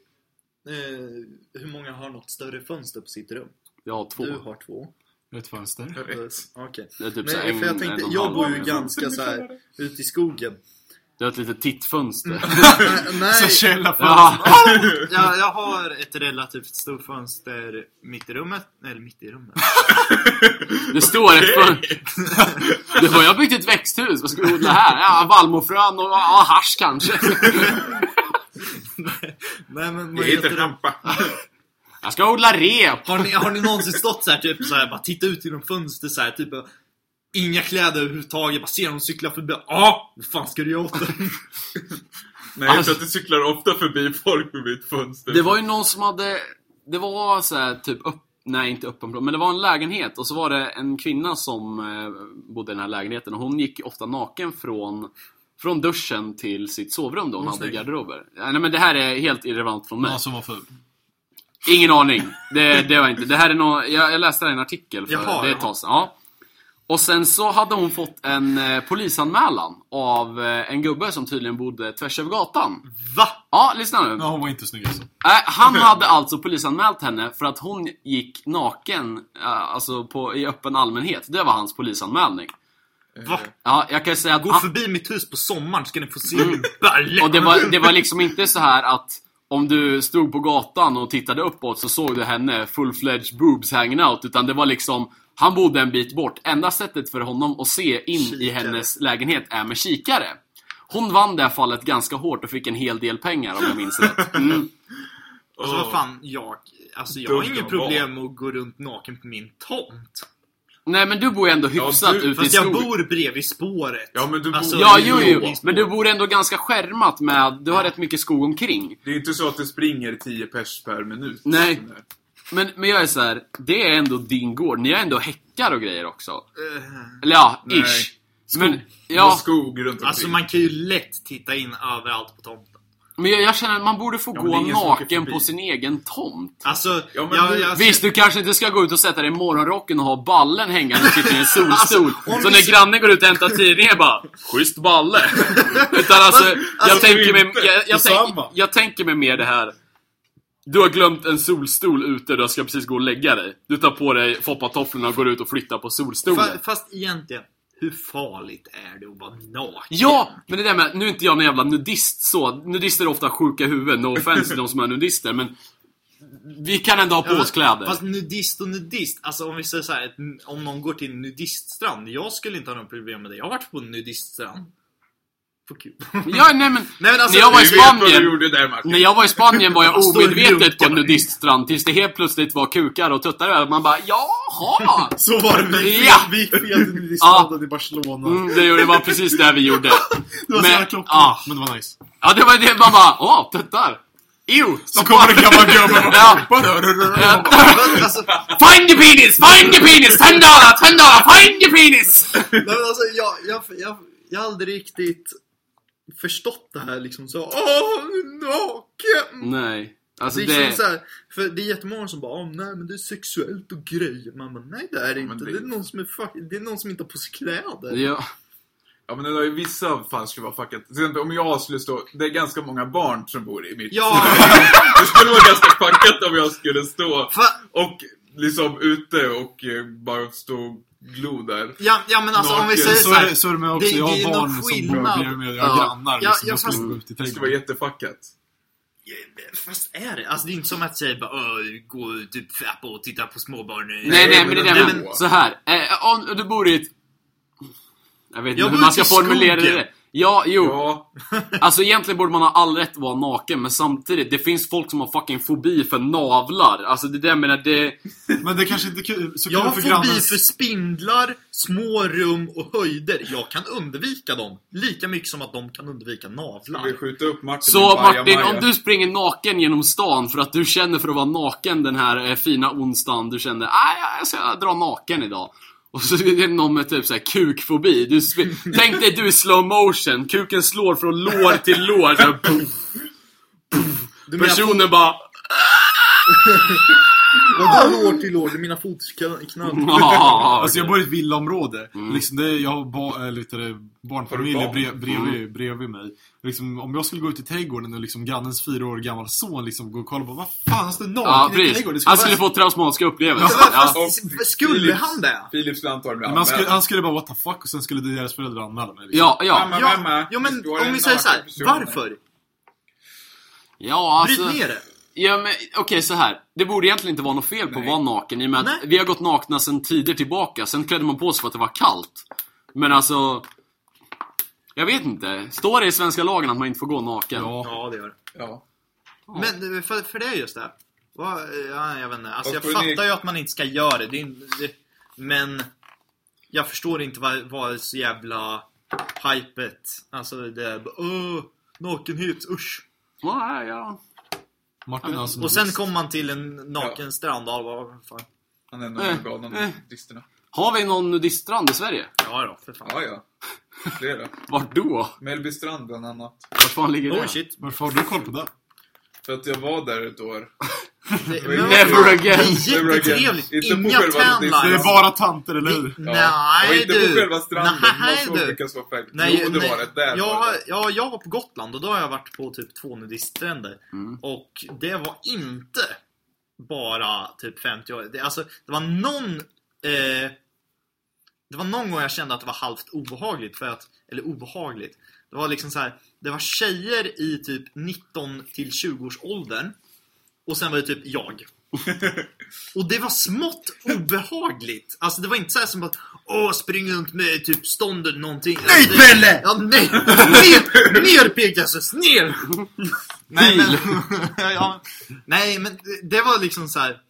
Speaker 3: eh, hur många har något större fönster på sitt rum?
Speaker 1: Jag har två.
Speaker 3: Du har två.
Speaker 2: Ett fönster.
Speaker 4: Rätt.
Speaker 3: Okej.
Speaker 1: Det är typ
Speaker 3: Men
Speaker 1: så här en,
Speaker 3: för jag
Speaker 1: en
Speaker 3: tänkte,
Speaker 1: och en
Speaker 3: jag
Speaker 1: halv
Speaker 3: bor ju
Speaker 1: gånger.
Speaker 3: ganska så här ute i skogen.
Speaker 1: Det är ett litet tittfönster.
Speaker 2: Så
Speaker 3: Nej,
Speaker 2: källarfönster.
Speaker 1: Ja.
Speaker 3: jag, jag har ett relativt stort fönster mitt i rummet. Eller mitt i rummet.
Speaker 1: Det står ett fönster. Det var, jag har byggt ett växthus. Vad ska vi odla här? Ja, vallmofrön och ja, hasch kanske.
Speaker 3: Nej, men
Speaker 4: Det
Speaker 3: vad
Speaker 4: är inte
Speaker 3: heter det?
Speaker 4: rampa.
Speaker 1: Jag ska odla rep.
Speaker 3: Har ni, har ni någonsin stått så här typ så här, bara titta ut genom fönster så här typ inga kläder överhuvudtaget. Bara ser dem cykla förbi. Ja, vad fan ska du göra åt det?
Speaker 4: Nej, jag tror att det cyklar ofta förbi folk förbi ett fönster.
Speaker 1: Det var ju någon som hade... Det var så här, typ upp... Nej, inte öppen, men det var en lägenhet. Och så var det en kvinna som eh, bodde i den här lägenheten. Och hon gick ofta naken från... Från duschen till sitt sovrum då hon hade garderober. Nej, men det här är helt irrelevant från mig.
Speaker 2: Ja, som var för...
Speaker 1: Ingen aning. Det, det var inte. Det här är nå... jag, jag läste en artikel för
Speaker 3: Jaha,
Speaker 1: det är ett tag sedan. Ja. Och sen så hade hon fått en eh, polisanmälan av eh, en gubbe som tydligen bodde tvärs över gatan.
Speaker 3: Va?
Speaker 1: Ja, lyssna nu.
Speaker 2: Ja, hon var inte snygg alltså.
Speaker 1: Äh, han hade alltså polisanmält henne för att hon gick naken äh, alltså på, i öppen allmänhet. Det var hans polisanmälning.
Speaker 3: Va?
Speaker 1: Ja, jag kan säga att
Speaker 3: Gå
Speaker 1: han,
Speaker 3: förbi mitt hus på sommaren ska ni få se min balle.
Speaker 1: och det var, det var liksom inte så här att om du stod på gatan och tittade uppåt så såg du henne full-fledged boobs hanging out. Utan det var liksom, han bodde en bit bort. Enda sättet för honom att se in
Speaker 3: Kikare.
Speaker 1: i hennes lägenhet är med kikare. Hon vann det här fallet ganska hårt och fick en hel del pengar om jag minns rätt. Mm.
Speaker 3: Alltså vad fan, jag... Alltså jag har inget problem med att gå runt naken på min tomt.
Speaker 1: Nej, men du bor ju ändå hyfsat
Speaker 4: Ja, du-
Speaker 1: ute i
Speaker 3: Fast jag
Speaker 1: skogen.
Speaker 3: bor bredvid spåret.
Speaker 4: Ja, men du bor-
Speaker 3: Alltså,
Speaker 1: Ja,
Speaker 3: det är
Speaker 1: jo, jo,
Speaker 3: långt
Speaker 1: men du
Speaker 3: spår.
Speaker 1: bor ändå ganska skärmat med... Du har rätt mycket skog omkring.
Speaker 4: Det är inte så att det springer tio pers per minut.
Speaker 1: Nej. Men, men jag är så här, det är ändå din gård. Ni har ändå häckar och grejer också.
Speaker 3: Eh,
Speaker 1: Eller ja,
Speaker 4: Nej.
Speaker 1: ish. Men,
Speaker 4: Ja.
Speaker 1: ja,
Speaker 4: Skog runt omkring.
Speaker 3: Alltså man kan ju lätt titta in överallt på tomten.
Speaker 1: men jag, jag känner att man borde få
Speaker 4: Ja, men det
Speaker 1: gå
Speaker 4: är ingen som åker
Speaker 1: naken
Speaker 4: förbi.
Speaker 1: på sin egen tomt.
Speaker 3: Alltså,
Speaker 4: Ja, men
Speaker 3: jag,
Speaker 4: du-
Speaker 3: jag,
Speaker 1: Visst, du kanske inte ska gå ut och sätta dig i morgonrocken och ha ballen hängande och sitta i en solstol.
Speaker 3: Alltså, om
Speaker 1: så
Speaker 3: vi-
Speaker 1: när grannen går ut och hämtar tidningen bara, schysst balle. Utan alltså, jag
Speaker 3: alltså,
Speaker 1: tänker mig,
Speaker 2: inte.
Speaker 1: jag, jag, tänk,
Speaker 2: Detsamma.
Speaker 1: jag tänker mig mer det här. Du har glömt en solstol ute, du ska precis gå och lägga dig. Du tar på dig foppatofflorna och går ut och flyttar på solstolen.
Speaker 3: fa, fast egentligen, hur farligt är det att vara naken?
Speaker 1: Ja, men det där med, nu är inte jag någon jävla nudist så. Nudister är ofta sjuka huvuden, no offense till de som är nudister, men vi kan ändå ha på oss kläder.
Speaker 3: Fast nudist och nudist, alltså om vi säger så här, ett- om någon går till en nudiststrand, jag skulle inte ha någon problem med det. Jag har varit på en nudiststrand. På kul.
Speaker 1: Ja, nej men,
Speaker 3: Nej, men alltså,
Speaker 1: när jag var i
Speaker 4: Du vet vad du
Speaker 1: Spanien,
Speaker 4: gjorde där, Martin.
Speaker 1: när jag var i Spanien var jag
Speaker 3: Står och
Speaker 1: omedvetet
Speaker 3: runkar
Speaker 1: på en
Speaker 3: bara.
Speaker 1: nudiststrand tills det helt plötsligt var kukar och tuttar över. Man bara, jaha!
Speaker 5: Så var det med
Speaker 1: Ja.
Speaker 5: vi gick fel till stranden i Barcelona.
Speaker 1: Mm, det, det var precis det vi gjorde.
Speaker 5: Det var så jävla klockan.
Speaker 1: ah,
Speaker 2: Men det var nice.
Speaker 1: ja, det var det, man bara, åh, tuttar. Ew,
Speaker 2: Så kommer det gammal gubben.
Speaker 1: ja. Ja.
Speaker 3: Alltså,
Speaker 1: Find the penis! Find the penis! ten dollar! ten dollar! Find the penis!
Speaker 5: Nej, men alltså, jag, jag, jag, jag har aldrig riktigt förstått det här liksom så. Åh, naken!
Speaker 1: Nej, alltså
Speaker 5: Det är
Speaker 1: det...
Speaker 5: liksom så här, för det är jättemånga som bara, åh, nej men det är sexuellt och grejer. Man bara, nej det är det
Speaker 4: men
Speaker 5: inte.
Speaker 4: det-
Speaker 5: Det är någon som är fuck, det är någon som inte har på sig kläder.
Speaker 1: Ja.
Speaker 4: Ja, men det är i vissa fall skulle vara fuckat. Till exempel om jag skulle stå... Det är ganska många barn som bor i mitt...
Speaker 3: ja,
Speaker 4: Det skulle vara ganska fuckat om jag skulle stå
Speaker 3: fa,
Speaker 4: och liksom ute och eh, bara stå och glo där.
Speaker 3: ja, ja men alltså om vi
Speaker 4: Naken.
Speaker 3: säger
Speaker 2: Så
Speaker 3: så
Speaker 2: är
Speaker 3: här,
Speaker 2: det, så är det med också.
Speaker 3: det-
Speaker 2: Jag
Speaker 3: det är
Speaker 2: har
Speaker 3: någon
Speaker 2: barn som bor
Speaker 3: skillnad.
Speaker 2: bredvid mig. Jag har
Speaker 1: Ja.
Speaker 2: grannar
Speaker 3: Ja,
Speaker 2: liksom.
Speaker 3: ja,
Speaker 2: Jag skulle
Speaker 3: fast-
Speaker 2: gå ut i
Speaker 4: Det skulle vara
Speaker 2: trädgården.
Speaker 4: jättefuckat.
Speaker 3: fast är det? Alltså det är inte som att säga bara, åh, gå typ flappa och titta på småbarn.
Speaker 1: Nej, nej, men det där
Speaker 3: Nej,
Speaker 1: med,
Speaker 3: men-
Speaker 1: så här. Eh, om du bor i ett... Jag vet inte
Speaker 3: Jag
Speaker 1: hur
Speaker 3: bor
Speaker 1: man ska
Speaker 3: i
Speaker 1: formulera
Speaker 3: skogen.
Speaker 1: det. Ja, jo.
Speaker 4: Ja,
Speaker 1: Alltså egentligen borde man ha all rätt att vara naken, men samtidigt, det finns folk som har fucking fobi för navlar. Alltså det där menar det...
Speaker 2: Men det kanske inte är kul, så
Speaker 3: Jag
Speaker 2: kul
Speaker 3: har
Speaker 2: för
Speaker 3: fobi
Speaker 2: grannen.
Speaker 3: för spindlar, små rum och höjder. Jag kan undvika dem. Lika mycket som att de kan undvika
Speaker 4: vi
Speaker 3: navlar.
Speaker 4: skjuter upp Martin
Speaker 1: Så
Speaker 4: i Baja
Speaker 1: Martin,
Speaker 4: Maja.
Speaker 1: om du springer naken genom stan för att du känner för att vara naken den här eh, fina onsdagen, du känner, nej, jag ska dra naken idag. Och så är det någon med typ såhär kukfobi. Du sp- Tänk dig du i slow motion, kuken slår från lår till lår så här, puff,
Speaker 5: Du menar
Speaker 1: personen bara...
Speaker 5: Vadå lår till lår? Det är mina fotknall.
Speaker 2: Alltså jag bor i ett villaområde. Liksom det, jag har ba, äh, lite,
Speaker 4: Har
Speaker 2: barnfamiljer
Speaker 4: du barn?
Speaker 2: brev, bredvid, bredvid mig. Liksom, om jag skulle gå ut i trädgården och liksom grannens fyra år gammal son liksom gå och kolla på, vad fan, han står naken
Speaker 1: Ja,
Speaker 2: i
Speaker 1: precis.
Speaker 2: trädgården.
Speaker 1: Han skulle få traumatiska upplevelser.
Speaker 3: Fast,
Speaker 1: Ja.
Speaker 3: fast, skulle han det?
Speaker 4: Philips antagligen
Speaker 2: Men han, skulle, han skulle bara, what the fuck, och sen skulle deras föräldrar anmäla mig. Liksom.
Speaker 1: Ja, ja.
Speaker 4: Mamma,
Speaker 3: Ja,
Speaker 4: mamma,
Speaker 3: ja men
Speaker 4: står
Speaker 3: om
Speaker 4: en
Speaker 3: vi säger så här,
Speaker 4: naken person
Speaker 3: varför?
Speaker 1: Ja,
Speaker 3: Bryt
Speaker 1: alltså...
Speaker 3: ner det.
Speaker 1: Ja, men okej, så här. Det borde egentligen inte vara något fel på att
Speaker 4: Nej.
Speaker 1: vara naken i och med att
Speaker 3: Nej.
Speaker 1: vi har gått nakna sedan tider tillbaka. Sen klädde man på sig för att det var kallt. Men alltså... Jag vet inte. Står det i svenska lagen att man inte får gå naken?
Speaker 2: Ja.
Speaker 3: Ja, det gör det.
Speaker 4: Ja.
Speaker 3: Men för, för det är just det. Va, ja, jag vet inte. Alltså
Speaker 4: Vad
Speaker 3: jag
Speaker 4: får
Speaker 3: fattar
Speaker 4: ni-
Speaker 3: ju att man inte ska göra det. Det är, inte- det men jag förstår inte vad, vad är så jävla hypet. Alltså det är bara, åh, nakenhet, usch.
Speaker 1: Ja, ja.
Speaker 2: Martin är alltså
Speaker 3: Och sen
Speaker 2: nudist.
Speaker 3: kom man till en naken strand och alla bara, fan.
Speaker 4: Han är en av
Speaker 1: Eh,
Speaker 4: de galna
Speaker 1: eh.
Speaker 4: nudisterna.
Speaker 1: Har vi någon nudiststrand i Sverige?
Speaker 3: Ja då, för fan.
Speaker 4: Ja, ja. Flera.
Speaker 1: Vart då?
Speaker 4: Mellbystrand bland annat.
Speaker 1: Vart fan ligger det?
Speaker 3: Oh shit.
Speaker 2: Varför har du koll på det?
Speaker 4: För att jag var där ett år.
Speaker 3: Det,
Speaker 4: Never
Speaker 3: men-
Speaker 1: again.
Speaker 3: Det är
Speaker 4: Never
Speaker 3: jättetrevligt.
Speaker 4: again. Inte på
Speaker 3: Inga
Speaker 4: själva
Speaker 3: tanlines.
Speaker 2: Det är bara tanter, eller hur?
Speaker 4: Ja.
Speaker 3: Nej,
Speaker 4: och inte
Speaker 3: du.
Speaker 4: på själva stranden.
Speaker 3: Nej,
Speaker 4: Man såg
Speaker 3: du.
Speaker 4: vilka som var färdigt.
Speaker 3: Nej,
Speaker 4: Jo, det
Speaker 3: nej.
Speaker 4: var det. Där
Speaker 3: jag,
Speaker 4: var det.
Speaker 3: Ja, jag var på Gotland och då har jag varit på typ två nudiststränder.
Speaker 1: Mm.
Speaker 3: Och det var inte bara typ femtio år. Det, alltså, det var någon... Eh, det var någon gång jag kände att det var halvt obehagligt. För att, eller obehagligt. Det var liksom så här. Det var tjejer i typ nitton till tjugo års åldern. Och sen var det typ jag. Och det var smått obehagligt. Alltså det var inte så här som att åh, spring runt med typ stånden någonting.
Speaker 5: Nej,
Speaker 3: Alltså,
Speaker 5: Pelle!
Speaker 3: Ja, nej! Ner! Ner Pegasus! Ner! Nej, men, ja, nej, men det var liksom så här.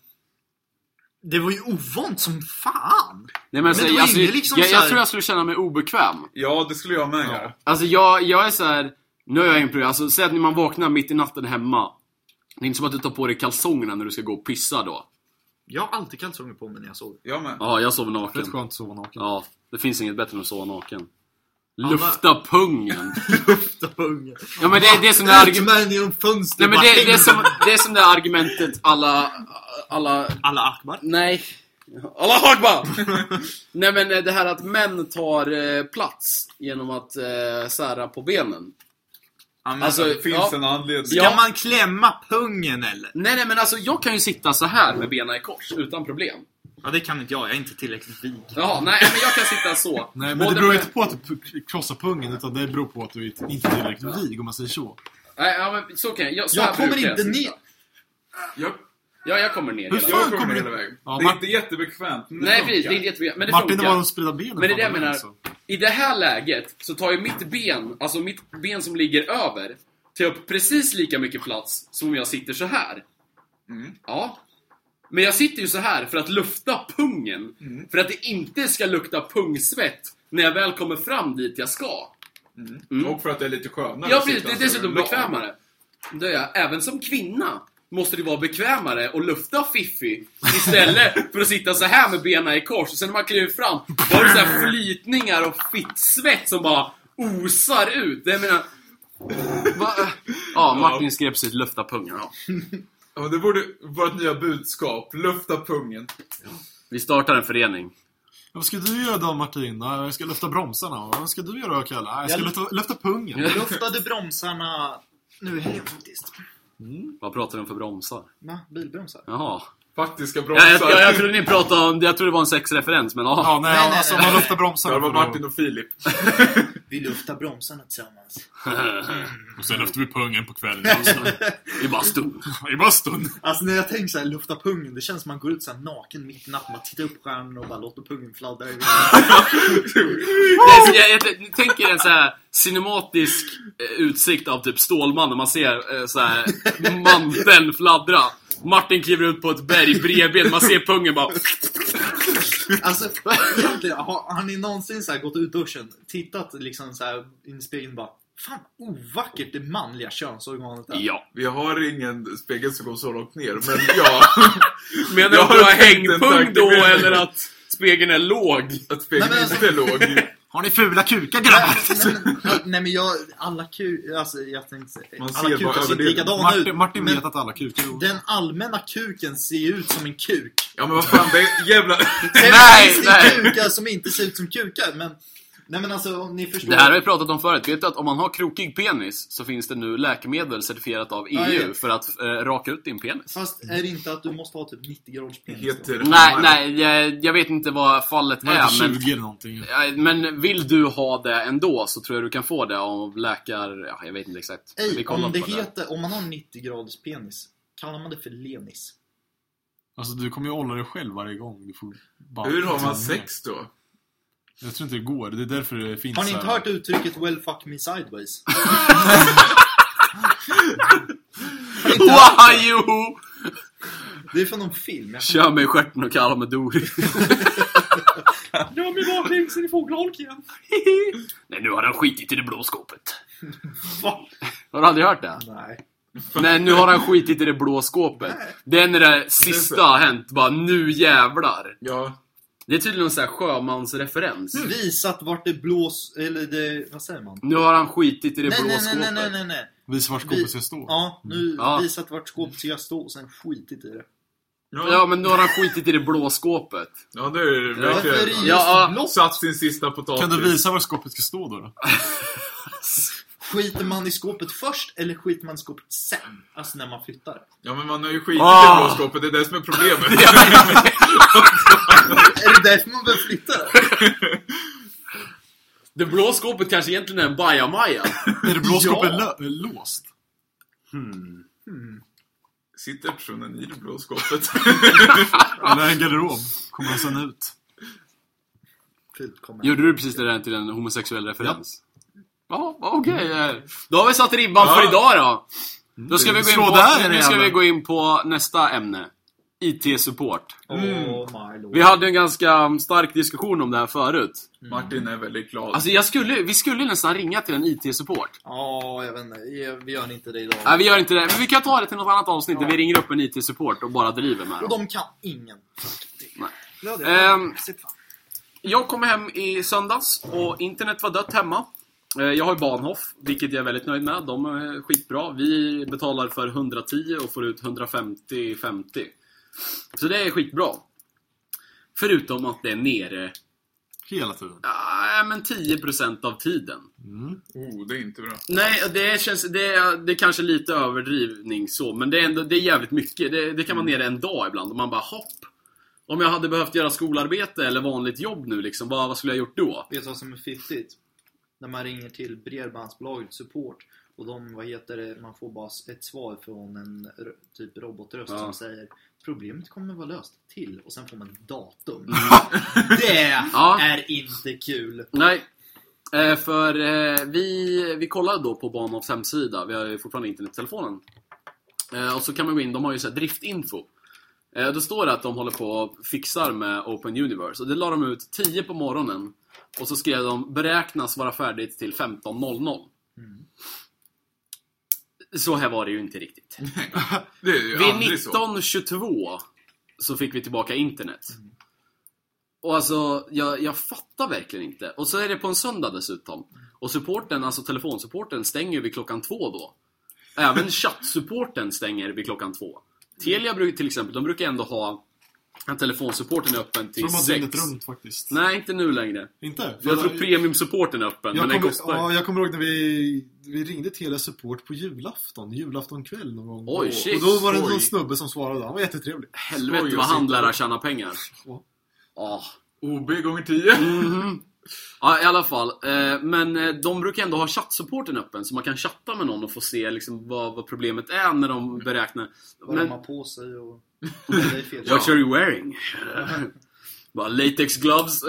Speaker 3: Det var ju ovant som fan.
Speaker 1: Nej, men alltså,
Speaker 3: det var
Speaker 1: alltså,
Speaker 3: inget liksom
Speaker 1: jag,
Speaker 3: så
Speaker 1: jag
Speaker 3: här-
Speaker 1: tror jag skulle känna mig obekväm.
Speaker 4: Ja, det skulle jag med göra.
Speaker 1: Alltså jag, jag är så här. Nu är jag improviserad. Alltså säg att när man vaknar mitt i natten hemma. Det är inte som att du tar på dig kalsongerna när du ska gå och pissa då.
Speaker 3: Jag har alltid kalsonger på mig när jag sover.
Speaker 4: Jag med.
Speaker 1: Ja, jag sover
Speaker 2: Det är
Speaker 1: naken.
Speaker 2: skönt att sova naken.
Speaker 1: Ja, det finns inget bättre än att sova naken.
Speaker 3: Alla-
Speaker 1: Lufta pungen.
Speaker 3: Lufta pungen.
Speaker 1: Ja, men det är det som det är argumentet.
Speaker 3: Ut med den genom fönstret.
Speaker 1: Nej, men
Speaker 3: bara
Speaker 1: det, det, är
Speaker 3: häng-
Speaker 1: som, det är som det argumentet alla... Alla...
Speaker 3: Alla Akbar.
Speaker 1: Nej. Alla Akbar! Nej, men det här att män tar eh, plats genom att eh, sära på benen.
Speaker 3: Ja, men
Speaker 1: Alltså,
Speaker 4: Det finns
Speaker 1: ja.
Speaker 4: en anledning.
Speaker 3: ska
Speaker 1: Ja.
Speaker 3: man klämma pungen eller?
Speaker 1: Nej, nej, men alltså jag kan ju sitta så här med benen i kors utan problem.
Speaker 3: Ja, det kan inte jag. Jag är inte tillräckligt vig.
Speaker 1: Jaha, nej, men jag kan sitta så.
Speaker 2: Nej, men
Speaker 1: Både
Speaker 2: det beror
Speaker 1: med-
Speaker 2: inte på att du p- krossar pungen, utan det beror på att du är inte tillräckligt vig, om man säger så.
Speaker 1: Nej, ja, men så kan jag. Jag, så här
Speaker 3: Jag kommer
Speaker 1: brukar
Speaker 3: inte
Speaker 1: sitta.
Speaker 3: ner.
Speaker 4: Jag,
Speaker 1: Ja, jag kommer ner
Speaker 2: Hur
Speaker 1: hela
Speaker 2: fan
Speaker 1: vägen.
Speaker 4: jag kommer
Speaker 2: kommer
Speaker 4: hela
Speaker 2: du-
Speaker 4: vägen.
Speaker 2: Ja,
Speaker 4: det är
Speaker 2: Mart-
Speaker 4: inte jättebekvämt. men
Speaker 1: Nej,
Speaker 4: funkar.
Speaker 1: precis, det är inte jättebekvämt, men det
Speaker 2: Martin, det
Speaker 1: funkar.
Speaker 2: var de sprida benen.
Speaker 1: Men det är det jag
Speaker 2: fan,
Speaker 1: menar.
Speaker 2: alltså.
Speaker 1: I det här läget så tar ju mitt ben, alltså mitt ben som ligger över, tar upp precis lika mycket plats som om jag sitter så här.
Speaker 4: Mm.
Speaker 1: Ja. Men jag sitter ju så här för att lufta pungen.
Speaker 4: Mm.
Speaker 1: För att det inte ska lukta pungsvett när jag väl kommer fram dit jag ska.
Speaker 4: Mm.
Speaker 1: Mm.
Speaker 4: Och för att det är lite skönare.
Speaker 1: Ja,
Speaker 4: att
Speaker 1: precis.
Speaker 4: sitta
Speaker 1: Det är
Speaker 4: så
Speaker 1: dessutom
Speaker 4: lam.
Speaker 1: bekvämare. Det är jag. Även som kvinna måste det vara bekvämare att lufta fiffi istället för att sitta så här med benen i kors. Och sen när man kliver fram, då har du så här flytningar och fittsvett som bara osar ut. Det jag menar... Va? Ja, Martin skrev sitt lufta pungen. Ja.
Speaker 4: Ja, det borde vara ett nya budskap. Lufta pungen.
Speaker 1: Vi startar en förening.
Speaker 2: Vad ska du göra då, Martin? Ja, jag ska lyfta bromsarna. Vad ska du göra då, Kalle? Ja, jag ska
Speaker 3: Jag-
Speaker 2: lyfta, lyfta pungen.
Speaker 3: Jag luftade bromsarna nu i helgen faktiskt.
Speaker 1: Vad pratar du om för bromsar?
Speaker 3: Va? Bilbromsar?
Speaker 1: Jaha.
Speaker 4: Faktiska
Speaker 1: Ja,
Speaker 4: bromsar.
Speaker 1: jag, jag, jag trodde ni pratade om... Jag trodde det var en sexreferens, men ja.
Speaker 2: Ja, nej,
Speaker 3: Nej, nej,
Speaker 2: alltså
Speaker 3: nej.
Speaker 2: man luftar
Speaker 4: Så
Speaker 2: bromsarna.
Speaker 4: det var
Speaker 2: för att-
Speaker 4: Martin och Filip.
Speaker 3: Vi luftar bromsarna tillsammans.
Speaker 2: Och sen lyfter vi pungen på kvällen.
Speaker 1: Det är bara stund.
Speaker 2: I bastun.
Speaker 3: Alltså när jag tänker så här, lufta pungen, det känns som man går ut så här naken mitt i natten, man tittar upp stjärnorna och bara låter pungen fladdra.
Speaker 1: Det är så- jag, jag, jag tänker en så här cinematisk eh, utsikt av typ Stålman när man ser eh, så här manteln fladdra. Martin kliver ut på ett berg bredvid, man ser pungen bara...
Speaker 3: Alltså, egentligen, har, har ni någonsin så här gått ut duschen, tittat liksom så här in i spegeln och bara, fan ovackert det manliga könsorganet är.
Speaker 1: Ja.
Speaker 4: Vi har ingen spegel som går så långt ner, men ja.
Speaker 1: Menar du
Speaker 4: Jag
Speaker 1: att du har
Speaker 4: har tänkt en
Speaker 1: hängpung
Speaker 4: tanke
Speaker 1: då,
Speaker 4: med-
Speaker 1: eller att spegeln är låg?
Speaker 4: Att spegeln
Speaker 3: Nej, men alltså-
Speaker 4: inte är låg.
Speaker 2: Har ni fula kukar, grabbar?
Speaker 3: Nej, men, ja, nej men jag, alla kuk, alltså jag tänkte
Speaker 4: Man
Speaker 3: alla
Speaker 4: ser
Speaker 3: kukar
Speaker 4: bara
Speaker 3: ser inte
Speaker 4: överdelen.
Speaker 3: likadana
Speaker 2: Martin,
Speaker 3: ut.
Speaker 2: Martin
Speaker 3: men
Speaker 2: vet att alla kukar är olika.
Speaker 3: den allmänna kuken ser ut som en kuk.
Speaker 4: Ja, men vad fan, det är jävla...
Speaker 3: Sen
Speaker 1: Nej,
Speaker 3: finns det
Speaker 1: nej.
Speaker 3: kukar som inte ser ut som kukar, men nej men alltså om ni förstår.
Speaker 1: Det här har vi pratat om förut. Vet du att om man har krokig penis så finns det nu läkemedel certifierat av E
Speaker 3: Ja, jag
Speaker 1: U
Speaker 3: vet.
Speaker 1: för att eh, raka ut din penis.
Speaker 3: Fast är det inte att du måste ha typ nittio graders penis?
Speaker 4: Heter
Speaker 3: då?
Speaker 1: Nej, nej, jag, jag vet inte vad fallet
Speaker 2: Man är
Speaker 1: är,
Speaker 2: inte
Speaker 1: men...
Speaker 2: tjugo eller någonting.
Speaker 1: Ja, men vill du ha det ändå så tror jag du kan få det av läkare... Ja, jag vet inte exakt. Vi
Speaker 3: Ej,
Speaker 1: kollar
Speaker 3: om det
Speaker 1: på
Speaker 3: heter, om man har nittio graders penis, kallar man det för lenis?
Speaker 2: Alltså du kommer ju hålla dig själv varje gång. Du får bara...
Speaker 4: Hur har man sex då?
Speaker 2: Jag tror inte det går. Det är därför det finns
Speaker 3: Har ni
Speaker 2: så
Speaker 3: inte
Speaker 2: här-
Speaker 3: hört uttrycket well fuck me sideways? Har ni inte hört
Speaker 1: Wow,
Speaker 3: det?
Speaker 1: jo!
Speaker 3: Det är från någon film. Jag
Speaker 1: Kör mig i stjärten och kalla mig Dory.
Speaker 3: kommer vi baklänges i fågelholk igen.
Speaker 1: Nej, nu har han skitit i det blå skåpet.
Speaker 3: Va?
Speaker 1: Har du aldrig hört det?
Speaker 3: Nej.
Speaker 1: Nej, nu har han skitit i det blå skåpet. Det är när det sista har hänt. Bara, nu jävlar.
Speaker 4: Ja.
Speaker 1: Det är tydligen en sån här sjömansreferens.
Speaker 5: Visat vart det blås... Eller det... Vad säger man?
Speaker 1: Nu har han skitit i det
Speaker 5: Nej,
Speaker 1: blå
Speaker 5: nej,
Speaker 1: skåpet.
Speaker 5: nej, nej, nej, nej.
Speaker 2: Visa vart skåpet ska stå.
Speaker 5: Ja, nu
Speaker 1: Ja.
Speaker 5: visat vart skåpet ska stå och sen skitit i det.
Speaker 1: Ja, men nu har han skitit i det blå skåpet.
Speaker 4: Ja, det är det
Speaker 5: Varför är det
Speaker 4: verkligen.
Speaker 5: just
Speaker 1: Ja,
Speaker 5: blått?
Speaker 4: Satt sin sista potatis.
Speaker 2: Kan du visa var skåpet ska stå då? då?
Speaker 5: Skiter man i skåpet först eller skiter man i skåpet sen? Alltså när man flyttar.
Speaker 4: Ja, men man har ju skitit
Speaker 1: Ah.
Speaker 4: i blåskåpet. Det är det som är problemet.
Speaker 5: Är det därför man behöver flytta det?
Speaker 1: Det blå skåpet kanske egentligen är en bajamaja.
Speaker 2: Är det blå skåpet
Speaker 5: Ja.
Speaker 2: lö- låst?
Speaker 4: Sitter personen i det blåskåpet?
Speaker 2: Eller en garderob? Kommer han sen ut?
Speaker 5: Fullkommen.
Speaker 1: Gjorde du precis det där till en homosexuell referens? Ja, okej. Okay. Då har vi satt ribban
Speaker 4: Ja.
Speaker 1: för idag då. Då ska vi gå in
Speaker 2: Slå
Speaker 1: på,
Speaker 2: där,
Speaker 1: nu ska
Speaker 2: jävlar.
Speaker 1: vi gå in på nästa ämne. I T-support.
Speaker 5: Oh my lord.
Speaker 1: Vi hade en ganska stark diskussion om det här förut.
Speaker 4: Martin är väldigt glad.
Speaker 1: Alltså jag skulle, vi skulle nästan ringa till en I T-support.
Speaker 5: Ja, jag vet inte. Vi gör inte det idag.
Speaker 1: Nej, vi gör inte det. Men vi kan ta det till något annat avsnitt där vi ringer upp en I T-support och bara driver med
Speaker 5: Och
Speaker 1: dem.
Speaker 5: de kan ingen.
Speaker 1: Nej.
Speaker 5: Ja, det
Speaker 1: Ehm,
Speaker 5: Sitt fan.
Speaker 1: Jag kom hem i söndags och internet var dött hemma. Eh, Jag har ju Bahnhof, vilket jag är väldigt nöjd med. De är skitbra. Vi betalar för hundratio och får ut hundrafemtio femtio. Så det är skitbra. Förutom att det är nere
Speaker 2: Hela tiden.
Speaker 1: ja, men tio procent av tiden.
Speaker 4: Oh, det är inte bra.
Speaker 1: Nej, det känns det är, det är kanske lite överdrivning så, men det är ändå det är jävligt mycket. Det, det kan vara nere en dag ibland och man bara hopp. Om jag hade behövt göra skolarbete eller vanligt jobb nu liksom, vad, vad skulle jag gjort då?
Speaker 5: Vet du vad som är fiffigt? När man ringer till bredbandsbolaget support och de, vad heter det, man får bara ett svar från en r- typ robotröst
Speaker 1: Ja.
Speaker 5: som säger problemet kommer vara löst till och sen får man ett datum. Det
Speaker 1: Ja.
Speaker 5: är inte kul.
Speaker 1: Nej, eh, för eh, vi, vi kollade då på Bahnhofs hemsida. Vi har ju fortfarande internettelefonen. Eh, och så kan man gå in, de har ju så här driftinfo. Eh, då står det att de håller på och fixar med Open Universe. Och det la de ut tio på morgonen. Och så skrev de beräknas vara färdigt till femton noll noll. Så här var det ju inte riktigt.
Speaker 4: Det är ju
Speaker 1: Vid
Speaker 4: aldrig så.
Speaker 1: nitton tjugotvå så fick vi tillbaka internet. Och alltså, jag, jag fattar verkligen inte. Och så är det på en söndag dessutom. Och supporten, alltså telefonsupporten stänger vid klockan två då. Även chattsupporten stänger vid klockan två. Telia brukar till exempel, de brukar ändå ha en telefonsupporten är öppen till
Speaker 2: De har
Speaker 1: sex.
Speaker 2: dygnet runt faktiskt.
Speaker 1: Nej, inte nu längre.
Speaker 2: Inte?
Speaker 1: Jag tror premiumsupporten är öppen,
Speaker 2: jag
Speaker 1: men den
Speaker 2: kommer,
Speaker 1: kostar.
Speaker 2: ja, jag kommer ihåg när vi, vi ringde Telia Support på julafton. Julafton kväll någon gång.
Speaker 1: Oj,
Speaker 2: och,
Speaker 1: shit.
Speaker 2: och då var det en
Speaker 4: Oj.
Speaker 2: sån snubbe som svarade. Han var jättetrevlig.
Speaker 1: Helvete
Speaker 4: Oj,
Speaker 1: vad
Speaker 4: jag
Speaker 1: handlare
Speaker 4: sitter-
Speaker 1: tjänar pengar.
Speaker 2: Ja.
Speaker 1: Ja.
Speaker 4: O B gånger tio.
Speaker 1: Mhm. Ja, i alla fall. Eh, men eh, de brukar ändå ha chattsupporten öppen så man kan chatta med någon och få se liksom, vad, vad problemet är när de beräknar.
Speaker 5: Vad de
Speaker 1: Men
Speaker 5: har på sig och... Det är fel.
Speaker 1: what are you wearing? Bara latex gloves.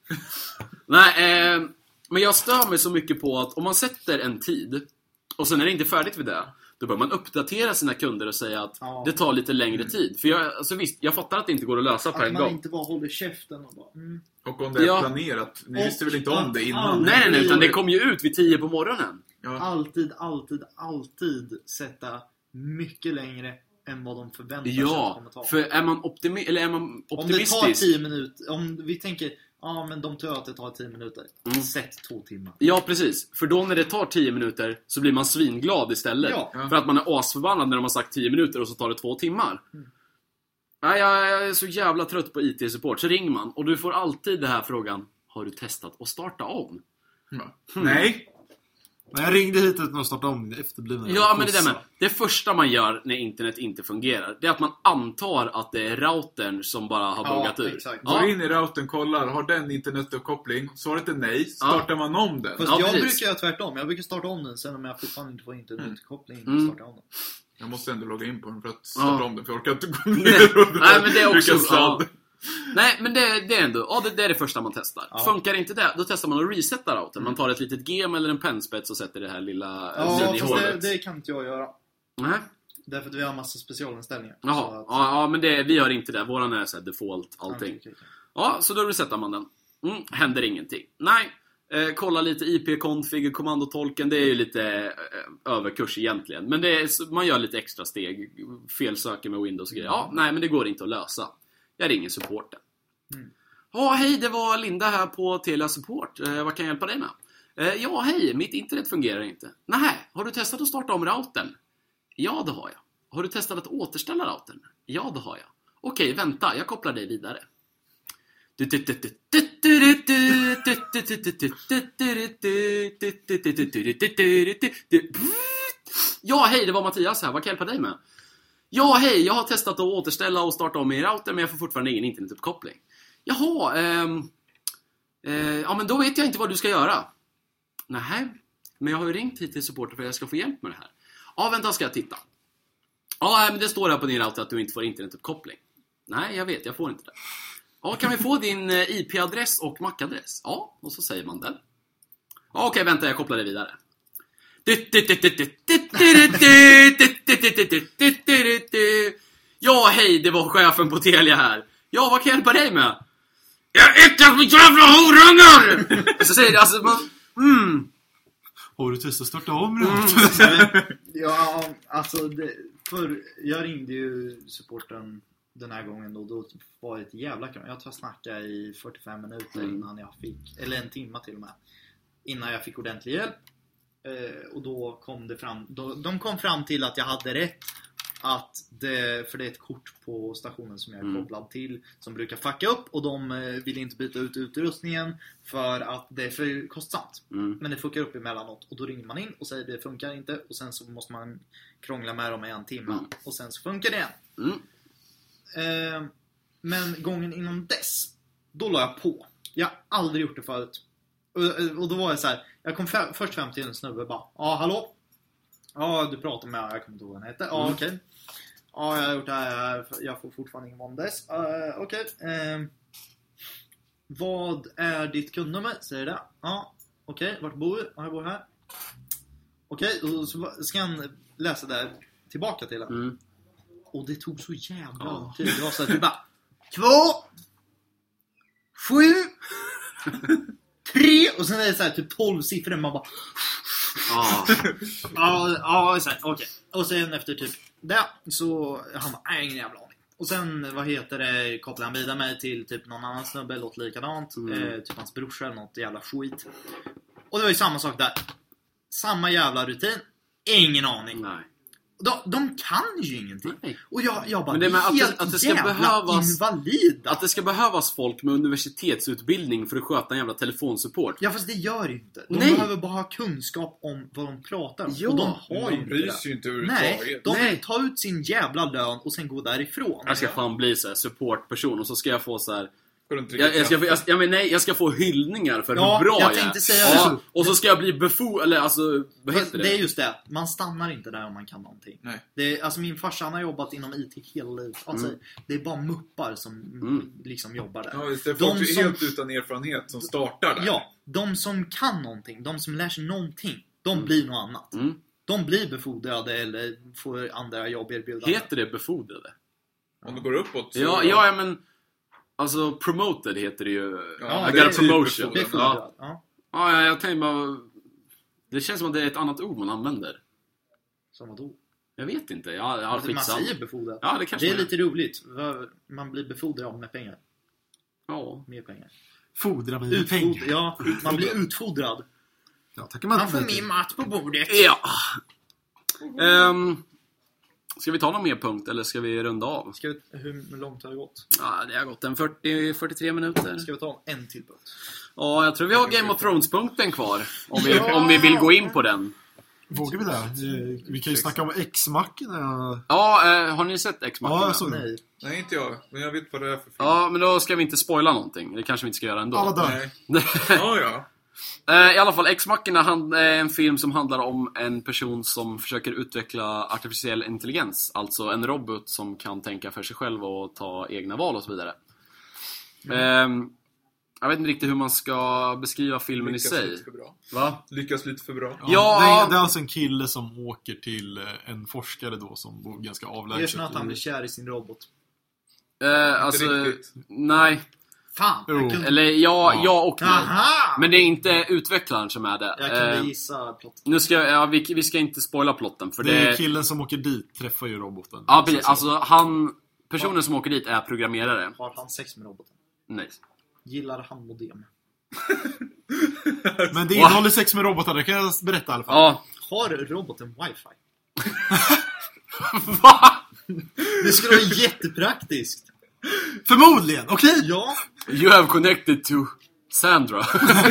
Speaker 1: Nej, eh, men jag stör mig så mycket på att om man sätter en tid och sen är det inte färdigt vid det, då bör man uppdatera sina kunder och säga att
Speaker 5: Ja.
Speaker 1: det tar lite längre tid. För jag, alltså visst, jag fattar att det inte går att lösa på
Speaker 5: Att
Speaker 1: en
Speaker 5: man
Speaker 1: gång.
Speaker 5: inte bara håller käften och bara... Mm.
Speaker 4: Och om det är
Speaker 1: Ja.
Speaker 4: planerat. Ni
Speaker 5: Och
Speaker 4: visste väl inte om det innan?
Speaker 5: att-
Speaker 1: Nej, nej, nej, utan det kom ju ut vid tio på morgonen.
Speaker 4: Ja.
Speaker 5: Alltid, alltid, alltid sätta mycket längre än vad de förväntar sig att det
Speaker 1: Ja,
Speaker 5: kommer ta.
Speaker 1: för är man, optimi- eller är man
Speaker 5: Om det tar
Speaker 1: optimistisk...
Speaker 5: tio minuter, om vi tänker, ja men de tror att det tar tio minuter.
Speaker 1: Mm.
Speaker 5: Sätt två timmar.
Speaker 1: Ja, precis. För då när det tar tio minuter så blir man svinglad istället.
Speaker 5: Ja.
Speaker 1: För att man är asförbannad när de har sagt tio minuter och så tar det två timmar.
Speaker 5: Mm.
Speaker 1: Nej, jag, jag är så jävla trött på I T-support. Så ringer man och du får alltid den här frågan: har du testat att starta om?
Speaker 4: Ja. Nej.
Speaker 2: Men jag ringde hit utan att starta om det efterblivna.
Speaker 1: Ja, men det där med det första man gör när internet inte fungerar, det är att man antar att det är routern som bara har
Speaker 5: Ja,
Speaker 1: buggat ur.
Speaker 5: exakt.
Speaker 1: Ja.
Speaker 4: Går in i routern, kollar. Har den internetuppkoppling? Svaret är nej. Startar man om den?
Speaker 5: Fast
Speaker 1: Ja,
Speaker 5: jag
Speaker 1: precis.
Speaker 5: brukar göra tvärtom. Jag brukar starta om den sen om jag fortfarande inte får internetuppkoppling.
Speaker 1: Mm.
Speaker 5: Starta om den.
Speaker 4: Jag måste ändå logga in på den för att starta
Speaker 1: Ja.
Speaker 4: om den. För jag orkar inte gå ner och
Speaker 1: Nej, men det är också...
Speaker 4: trycka sladd.
Speaker 1: Ja. Nej, men det, det är ändå... Ja, det, det är det första man testar.
Speaker 5: Ja.
Speaker 1: Funkar inte det, då testar man att resetta routern. Man tar ett litet gem eller en pennspets och sätter det här lilla
Speaker 5: Ja,
Speaker 1: ja,
Speaker 5: fast det,
Speaker 1: hålet.
Speaker 5: det kan inte jag göra.
Speaker 1: Nej.
Speaker 5: Därför att vi har massa specialinställningar.
Speaker 1: Jaha,
Speaker 5: Så att-
Speaker 1: ja, ja, men det, vi har inte det. Våran är så här default, allting.
Speaker 5: Okej, okej.
Speaker 1: Ja, så då resetar man den. Mm, händer ingenting. Nej. Eh, kolla lite I P-config, kommandotolken. Det är ju lite eh, överkurs egentligen. Men det är, man gör lite extra steg. Felsöker med Windows och grejer. Ja, nej men det går inte att lösa. Jag ringer supporten.
Speaker 5: Mm.
Speaker 1: Ja, hej, det var Linda här på Telia Support. Eh, vad kan jag hjälpa dig med? Eh, ja, hej, mitt internet fungerar inte. Nej, har du testat att starta om routern? Ja, det har jag. Har du testat att återställa routern? Ja, det har jag. Okej, vänta, jag kopplar dig vidare. Ja, hej, det var Mattias här. Vad kan jag hjälpa dig med? Ja, hej, jag har testat att återställa och starta om min router, men jag får fortfarande ingen internetuppkoppling. Jaha, ehm, eh, ja men då vet jag inte vad du ska göra. Nej, men jag har ju ringt hit till supporter för att jag ska få hjälp med det här. Ja, vänta, ska jag titta. Ja, men det står här på din router att du inte får internetuppkoppling. Nej, jag vet, jag får inte det. Ja, kan vi få din I P-adress och M A C-adress? Ja, och så säger man den. Ja, okej, vänta, jag kopplar det vidare. Ja, hej, det var chefen på Telia här. Ja, vad kan jag hjälpa dig med? Jag äter med jävla horungar! Så säger det, alltså, man, mm.
Speaker 2: Har du testat att starta om det?
Speaker 5: Ja, alltså det, för jag ringde ju supporten den här gången då, då var det ett jävla kram. Jag tror jag snackade i fyrtiofem minuter
Speaker 1: Mm.
Speaker 5: innan jag fick, eller en timme till och med, innan jag fick ordentlig hjälp. Eh, och då kom det fram, då, de kom fram till att jag hade rätt, att det, för det är ett kort på stationen som jag är
Speaker 1: Mm.
Speaker 5: kopplad till som brukar fucka upp, och de eh, vill inte byta ut utrustningen för att det är för kostsamt.
Speaker 1: Mm.
Speaker 5: Men det fuckar upp emellanåt, och då ringer man in och säger det funkar inte, och sen så måste man krångla med dem i en timme
Speaker 1: Mm.
Speaker 5: och sen så funkar det igen.
Speaker 1: Mm.
Speaker 5: Eh, men gången innan dess, då la jag på. Jag har aldrig gjort det förut. Och, och då var jag så här, jag kom f- först fram till en snubbe och bara, ja hallå? Ja, du pratar med, jag kommer inte ihåg vad han heter. Ja,
Speaker 1: Mm.
Speaker 5: okej. Okay. Ja, jag har gjort det här, jag får fortfarande ingen måndags. Uh, okej. Okay. Eh, vad är ditt kundnummer? Säger det. Ja, okej. Okay. Vart bor du? Ja, jag bor här. Okej, okay. Och så ska han läsa det tillbaka till den.
Speaker 1: Mm.
Speaker 5: Och det tog så jävla
Speaker 1: Ja.
Speaker 5: lång tid. Det var så att du bara två, sju, tre, och sen är det så här typ tolv siffror. Man bara
Speaker 1: Ja.
Speaker 5: ja, ja, så här, okej. Och sen efter typ det så han bara, nej, ingen jävla aning. Och sen, vad heter det, kopplade han vidare mig till typ någon annan snubbe, låt likadant.
Speaker 1: Mm.
Speaker 5: Eh, typ hans brorsa eller något jävla skit. Och det var ju samma sak där. Samma jävla rutin. Ingen aning.
Speaker 1: Nej.
Speaker 5: De, de kan ju ingenting.
Speaker 1: Nej.
Speaker 5: Och jag, jag bara,
Speaker 1: Men det med att det-
Speaker 5: helt
Speaker 1: att det ska
Speaker 5: jävla
Speaker 1: behövas-
Speaker 5: invalida.
Speaker 1: Att det ska behövas folk med universitetsutbildning för att sköta en jävla telefonsupport.
Speaker 5: Ja, fast det gör inte. De
Speaker 1: Nej.
Speaker 5: behöver bara ha kunskap om vad de pratar om.
Speaker 1: Ja,
Speaker 5: och de har ju
Speaker 4: De
Speaker 5: inte
Speaker 4: bryr
Speaker 5: det.
Speaker 4: sig ju inte
Speaker 5: Nej,
Speaker 4: överhuvudtaget.
Speaker 5: de
Speaker 1: Nej.
Speaker 5: vill ta ut sin jävla lön och sen gå därifrån.
Speaker 1: Jag ska fan bli så här supportperson och så ska jag få så här.
Speaker 4: Går de trycka
Speaker 1: Jag, jag, ska,
Speaker 4: kaffe?
Speaker 1: jag, jag, men nej, jag ska få hyllningar för
Speaker 5: Ja,
Speaker 1: hur bra
Speaker 5: jag
Speaker 1: jag,
Speaker 5: tänkte
Speaker 1: är.
Speaker 5: säga
Speaker 1: ja,
Speaker 5: det.
Speaker 1: och så ska jag bli befo... Eller alltså, vad
Speaker 5: Fast
Speaker 1: heter
Speaker 5: det
Speaker 1: det?
Speaker 5: är just det. Man stannar inte där om man kan någonting.
Speaker 4: Nej.
Speaker 5: Det är, alltså min farsa, han har jobbat inom I T hela livet. Alltså,
Speaker 1: Mm.
Speaker 5: det är bara muppar som
Speaker 1: Mm.
Speaker 5: liksom jobbar där.
Speaker 4: Ja, visst, det är
Speaker 5: De
Speaker 4: folk
Speaker 5: som-
Speaker 4: helt utan erfarenhet som startar där.
Speaker 5: Ja, de som kan någonting, de som lär sig någonting, de blir något annat.
Speaker 1: Mm.
Speaker 5: De blir befordrade eller får andra jobb erbjudanden.
Speaker 1: Heter det befordrade?
Speaker 4: Om det går uppåt så...
Speaker 1: Ja, ja, men... Alltså, promoted heter det ju.
Speaker 4: Ja,
Speaker 1: I
Speaker 4: det
Speaker 1: got
Speaker 4: är
Speaker 1: a promotion.
Speaker 4: typ
Speaker 5: Befordrad,
Speaker 1: Ja.
Speaker 5: ja.
Speaker 1: Ja, jag tänkte bara... Det känns som att det är ett annat ord man använder.
Speaker 5: Som vadå?
Speaker 1: Jag vet inte. Ja, ja,
Speaker 5: Man
Speaker 1: skitsamma.
Speaker 5: säger befordrad.
Speaker 1: Ja, det kanske
Speaker 5: Det är
Speaker 1: man
Speaker 5: lite roligt. Man blir befordrad med pengar.
Speaker 1: Ja.
Speaker 5: Mer pengar.
Speaker 2: Fodra mig med
Speaker 5: Utfod-
Speaker 2: pengar.
Speaker 5: ja, man blir utfodrad.
Speaker 2: Ja, tackar man
Speaker 5: Man får
Speaker 2: nej till.
Speaker 5: min mat på bordet.
Speaker 1: Ja. Um, ska vi ta någon mer punkt eller ska vi runda av?
Speaker 5: Ska vi, hur långt har det gått?
Speaker 1: Ja, det har gått en fyrtio till fyrtiotre minuter.
Speaker 5: Ska vi ta en till punkt?
Speaker 1: Ja, jag tror vi har Game of Thrones-punkten kvar. Om vi, om vi vill gå in på den.
Speaker 2: Vågar vi det? Eh, Vi kan ju snacka om X-mackorna.
Speaker 1: Ja, eh, har ni sett X-Mackorna?
Speaker 2: Ja, jag såg det.
Speaker 5: Nej.
Speaker 4: Nej, inte jag. Men jag vet vad det är för film.
Speaker 1: Ja, men då ska vi inte spoila någonting. Det kanske vi inte ska göra ändå.
Speaker 2: Alla dör.
Speaker 4: Nej. Ja, ja.
Speaker 1: Eh, I alla fall, X-Mackorna hand- är en film som handlar om en person som försöker utveckla artificiell intelligens. Alltså en robot som kan tänka för sig själv och ta egna val och så vidare. Mm. Jag vet inte riktigt hur man ska beskriva filmen
Speaker 4: Lyckas
Speaker 1: i sig.
Speaker 4: lite för bra.
Speaker 1: Va?
Speaker 4: Lyckas lite för bra.
Speaker 2: Ja,
Speaker 1: Ja.
Speaker 2: det, är, det är alltså en kille som åker till eh, en forskare då som bor ganska
Speaker 5: Det är
Speaker 2: avlägset.
Speaker 5: som att han blir kär i sin robot.
Speaker 1: Eh, alltså,
Speaker 4: riktigt.
Speaker 1: nej.
Speaker 5: Fan, jag
Speaker 2: Jo.
Speaker 5: kunde,
Speaker 1: Eller ja,
Speaker 2: Ja.
Speaker 1: ja och nej.
Speaker 5: Aha!
Speaker 1: Men det är inte utvecklaren som är det.
Speaker 5: jag kunde
Speaker 1: Eh,
Speaker 5: gissa plott.
Speaker 1: nu ska ja, vi, vi ska inte spoila plotten för
Speaker 2: Det
Speaker 1: det,
Speaker 2: är killen som åker dit, träffar ju roboten.
Speaker 1: ja, precis, alltså han personen som åker dit är programmerare.
Speaker 5: Har han sex med roboten?
Speaker 1: Nej.
Speaker 5: Gillar han modem?
Speaker 2: Men det innehåller sex med robotar, det kan jag berätta i alla fall.
Speaker 1: Ja.
Speaker 5: Har roboten wifi?
Speaker 1: Va?
Speaker 5: Det skulle vara jättepraktiskt.
Speaker 2: Förmodligen, okej?
Speaker 5: Ja,
Speaker 1: You have connected to Sandra.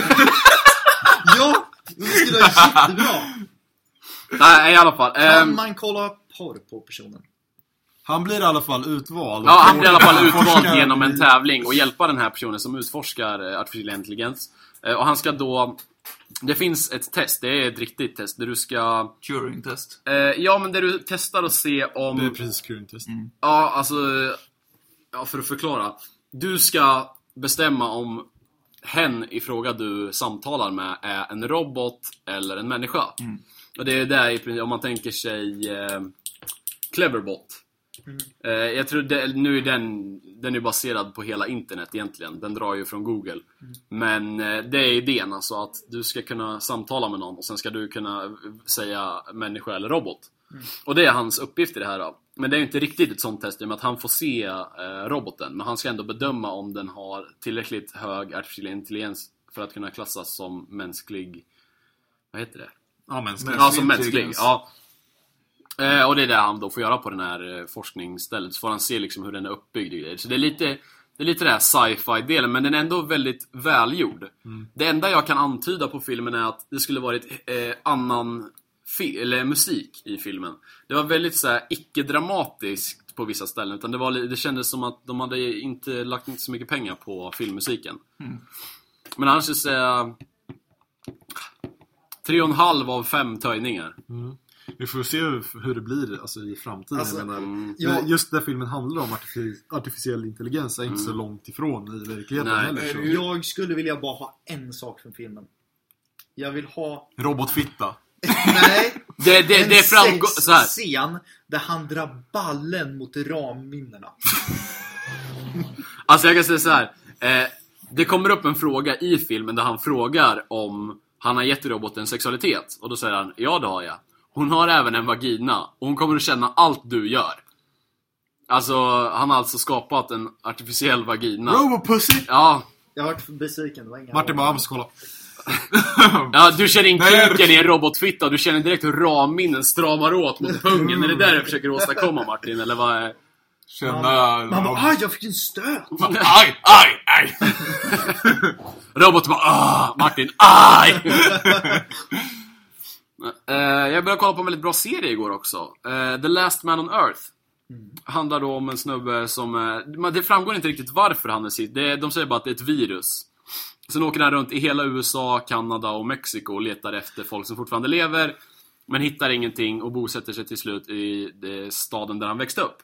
Speaker 5: ja, det skulle vara jättebra.
Speaker 1: Nej, i alla fall.
Speaker 5: Kan
Speaker 1: ehm,
Speaker 5: man kolla porr på personen?
Speaker 2: Han blir i alla fall utvald.
Speaker 1: Ja, han blir i alla fall utvald
Speaker 2: Forskar
Speaker 1: genom en
Speaker 2: i-
Speaker 1: tävling och hjälpa den här personen som utforskar eh, artificiell intelligens. Eh, Och han ska då... Det finns ett test, det är ett riktigt test där du ska...
Speaker 4: Turing-test.
Speaker 1: Eh, ja, men där du testar och se om...
Speaker 2: Det är precis Turing-test.
Speaker 1: Ja, alltså... Ja, för att förklara. Du ska bestämma om hen i fråga du samtalar med är en robot eller en människa. Och det är där i princip, om man tänker sig eh, Cleverbot. Eh, jag tror det, nu är den den är baserad på hela internet egentligen. Den drar ju från Google. Men eh, det är idén alltså att du ska kunna samtala med någon och sen ska du kunna säga människa eller robot. Och det är hans uppgift i det här då. Men det är ju inte riktigt ett sånt test i och med att han får se eh, roboten. Men han ska ändå bedöma om den har tillräckligt hög artificiell intelligens för att kunna klassas som mänsklig. Vad heter det?
Speaker 2: Ja, mänsklig.
Speaker 1: Ja, som mänsklig.
Speaker 4: intelligens.
Speaker 1: Ja. Eh, och det är det han då får göra på den här eh, forskningsstället. Så får han se liksom hur den är uppbyggd och grejer. Så det är lite, det är lite det här sci-fi-delen. Men den är ändå väldigt välgjord. Det enda jag kan antyda på filmen är att det skulle varit eh, annan fi- eller musik i filmen. Det var väldigt så här icke-dramatiskt på vissa ställen. Utan det, var, li- det kändes som att de hade inte lagt inte så mycket pengar på filmmusiken. Men annars så säger jag tre och en halv av fem töjningar.
Speaker 2: Vi får se hur, hur det blir alltså, i framtiden.
Speaker 5: Alltså,
Speaker 2: jag menar,
Speaker 1: mm.
Speaker 5: ja.
Speaker 2: Just där filmen handlar om artific- artificiell intelligens är inte så långt ifrån i verkligheten
Speaker 1: Nej.
Speaker 2: heller. Så.
Speaker 5: Jag skulle vilja bara ha en sak från filmen. Jag vill ha...
Speaker 2: Robotfitta.
Speaker 5: Nej!
Speaker 1: Det, det,
Speaker 5: en
Speaker 1: det framgår så här.
Speaker 5: sexscen där han drar ballen mot ramminnena.
Speaker 1: Alltså jag kan säga så här. Eh, det kommer upp en fråga i filmen där han frågar om han har gett roboten sexualitet. Och då säger han, ja det har jag. Hon har även en vagina och hon kommer att känna allt du gör. Alltså, han har alltså skapat en artificiell vagina.
Speaker 2: Robopussy!
Speaker 1: Ja,
Speaker 5: Jag har varit besviken. Det var inga
Speaker 2: Martin bara, måste kolla.
Speaker 1: ja, du känner in
Speaker 2: Nej,
Speaker 1: kuken i en robotfitta och du känner direkt hur ramminnen stramar åt mot pungen. Är det där du försöker åstadkomma, Martin? Eller vad är...
Speaker 2: Känna...
Speaker 5: Man bara, aj jag fick en stöt!
Speaker 1: Aj, aj, aj! Roboten bara, ah, Martin, aj! Uh, jag började kolla på en väldigt bra serie igår också. Uh, The Last Man on Earth. Handlar då om en snubbe som... Uh, det framgår inte riktigt varför han är sitt. Det, de säger bara att det är ett virus. Sen åker han runt i hela U S A, Kanada och Mexiko och letar efter folk som fortfarande lever. Men hittar ingenting och bosätter sig till slut i det staden där han växte upp.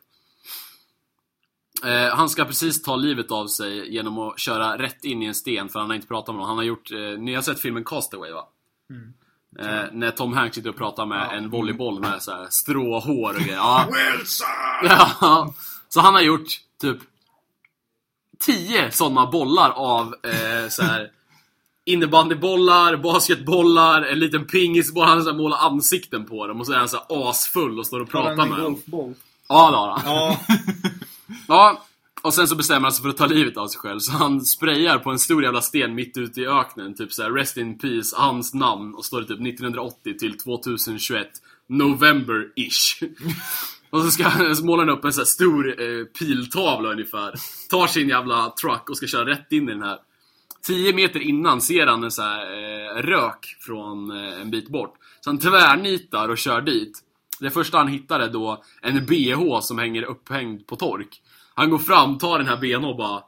Speaker 1: Uh, han ska precis ta livet av sig genom att köra rätt in i en sten. För han har inte pratat med någon. Han har gjort... Uh, ni har sett filmen Castaway, va?
Speaker 5: Mm.
Speaker 1: Eh, när Tom Hanks sitter och pratar med en volleyboll med så här stråhår och grejer. Ja.
Speaker 5: Wilson!
Speaker 1: Ja. Så han har gjort typ tio sådana bollar av eh, så här innebandybollar, basketbollar, en liten pingisboll. Han har så här målat ansikten på dem och så är han så här asfull och står och
Speaker 5: Har
Speaker 1: pratar
Speaker 5: han
Speaker 1: med
Speaker 5: en
Speaker 1: dem.
Speaker 5: golfboll?
Speaker 1: Ja, det har han.
Speaker 5: Ja.
Speaker 1: Ja, och sen så bestämmer han sig för att ta livet av sig själv. Så han sprayar på en stor jävla sten mitt ute i öknen. Typ såhär, rest in peace, hans namn. Och står det typ nittonhundraåttio till tjugohundratjugoett November-ish. Och så ska han så målar han upp en så här stor eh, piltavla ungefär. Tar sin jävla truck och ska köra rätt in i den här. Tio meter innan ser han en så här eh, rök från eh, en bit bort. Så han tvärnitar och kör dit. Det första han hittar är då en B H som hänger upphängd på tork. Han går fram, tar den här B H:n och bara...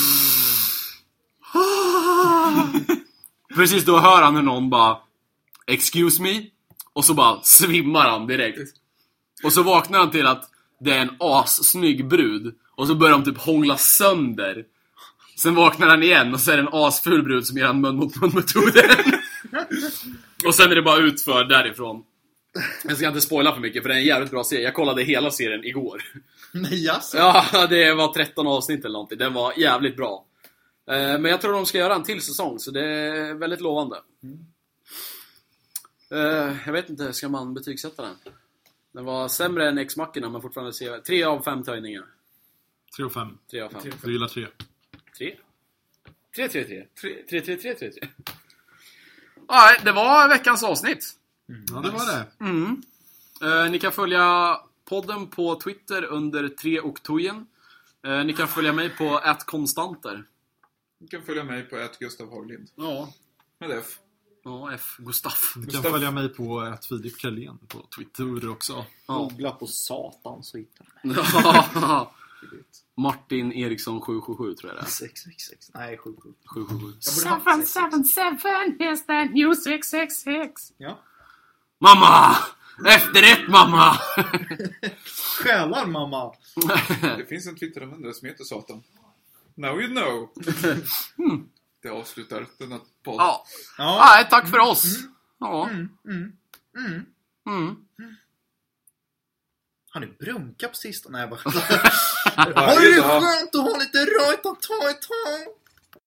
Speaker 1: Precis då hör han hur någon bara... Excuse me? Och så bara svimmar han direkt. Och så vaknar han till att det är en assnygg brud. Och så börjar de typ hångla sönder. Sen vaknar han igen och så är det en asful brud som ger han mun mot mun-metoden. Och sen är det bara utför därifrån. Jag ska inte spoila för mycket för det är en jävligt bra serie. Jag kollade hela serien igår.
Speaker 5: Nej, alltså.
Speaker 1: Ja, det var tretton avsnitt eller någonting. Den var jävligt bra. Men jag tror de ska göra en till säsong, så det är väldigt lovande. Mm. Jag vet inte, ska man betygsätta den? Den var sämre än X-Machina, men fortfarande ser tre av fem töjningar.
Speaker 2: tre av fem.
Speaker 1: tre av fem.
Speaker 2: Du gillar tre.
Speaker 1: tre? tre, tre, tre. tre, tre, tre, tre, tre. Nej, det var veckans avsnitt.
Speaker 2: Mm. Ja, det var det.
Speaker 1: Mm. Eh, ni kan följa podden på Twitter under tre och tojen. Eh, ni kan följa mig på at konstanter.
Speaker 4: Ni kan följa mig på at Gustav Haglind.
Speaker 1: Ja.
Speaker 4: Med F.
Speaker 1: Ja, F. Gustaf.
Speaker 2: Ni kan
Speaker 4: Gustaf.
Speaker 2: följa mig på at Filip Karlén på Twitter också.
Speaker 1: Ja.
Speaker 5: Googla på Satan så hittar du mig.
Speaker 1: Ja. Martin Eriksson sju sju sju tror jag det är.
Speaker 5: sex sex sex. Nej, sju sju.
Speaker 1: sju sju sju.
Speaker 5: seven seven
Speaker 1: seven is the new sex sex sex.
Speaker 5: Ja.
Speaker 1: Mamma! Efterrätt mamma!
Speaker 5: Själar mamma.
Speaker 4: Det finns en Twitter-användare som heter Satan. Now you know.
Speaker 1: Mm.
Speaker 4: Det avslutar denna podd.
Speaker 1: Ja.
Speaker 5: Ja.
Speaker 1: Nej, tack för oss.
Speaker 5: Mm.
Speaker 1: Ja.
Speaker 5: Mm, mm, mm.
Speaker 1: Mm.
Speaker 5: Har ni brunkat på sistone? Nej, jag bara...
Speaker 4: Varje
Speaker 5: Har det
Speaker 4: dag.
Speaker 5: skönt att ha lite röjt att ta ett tag?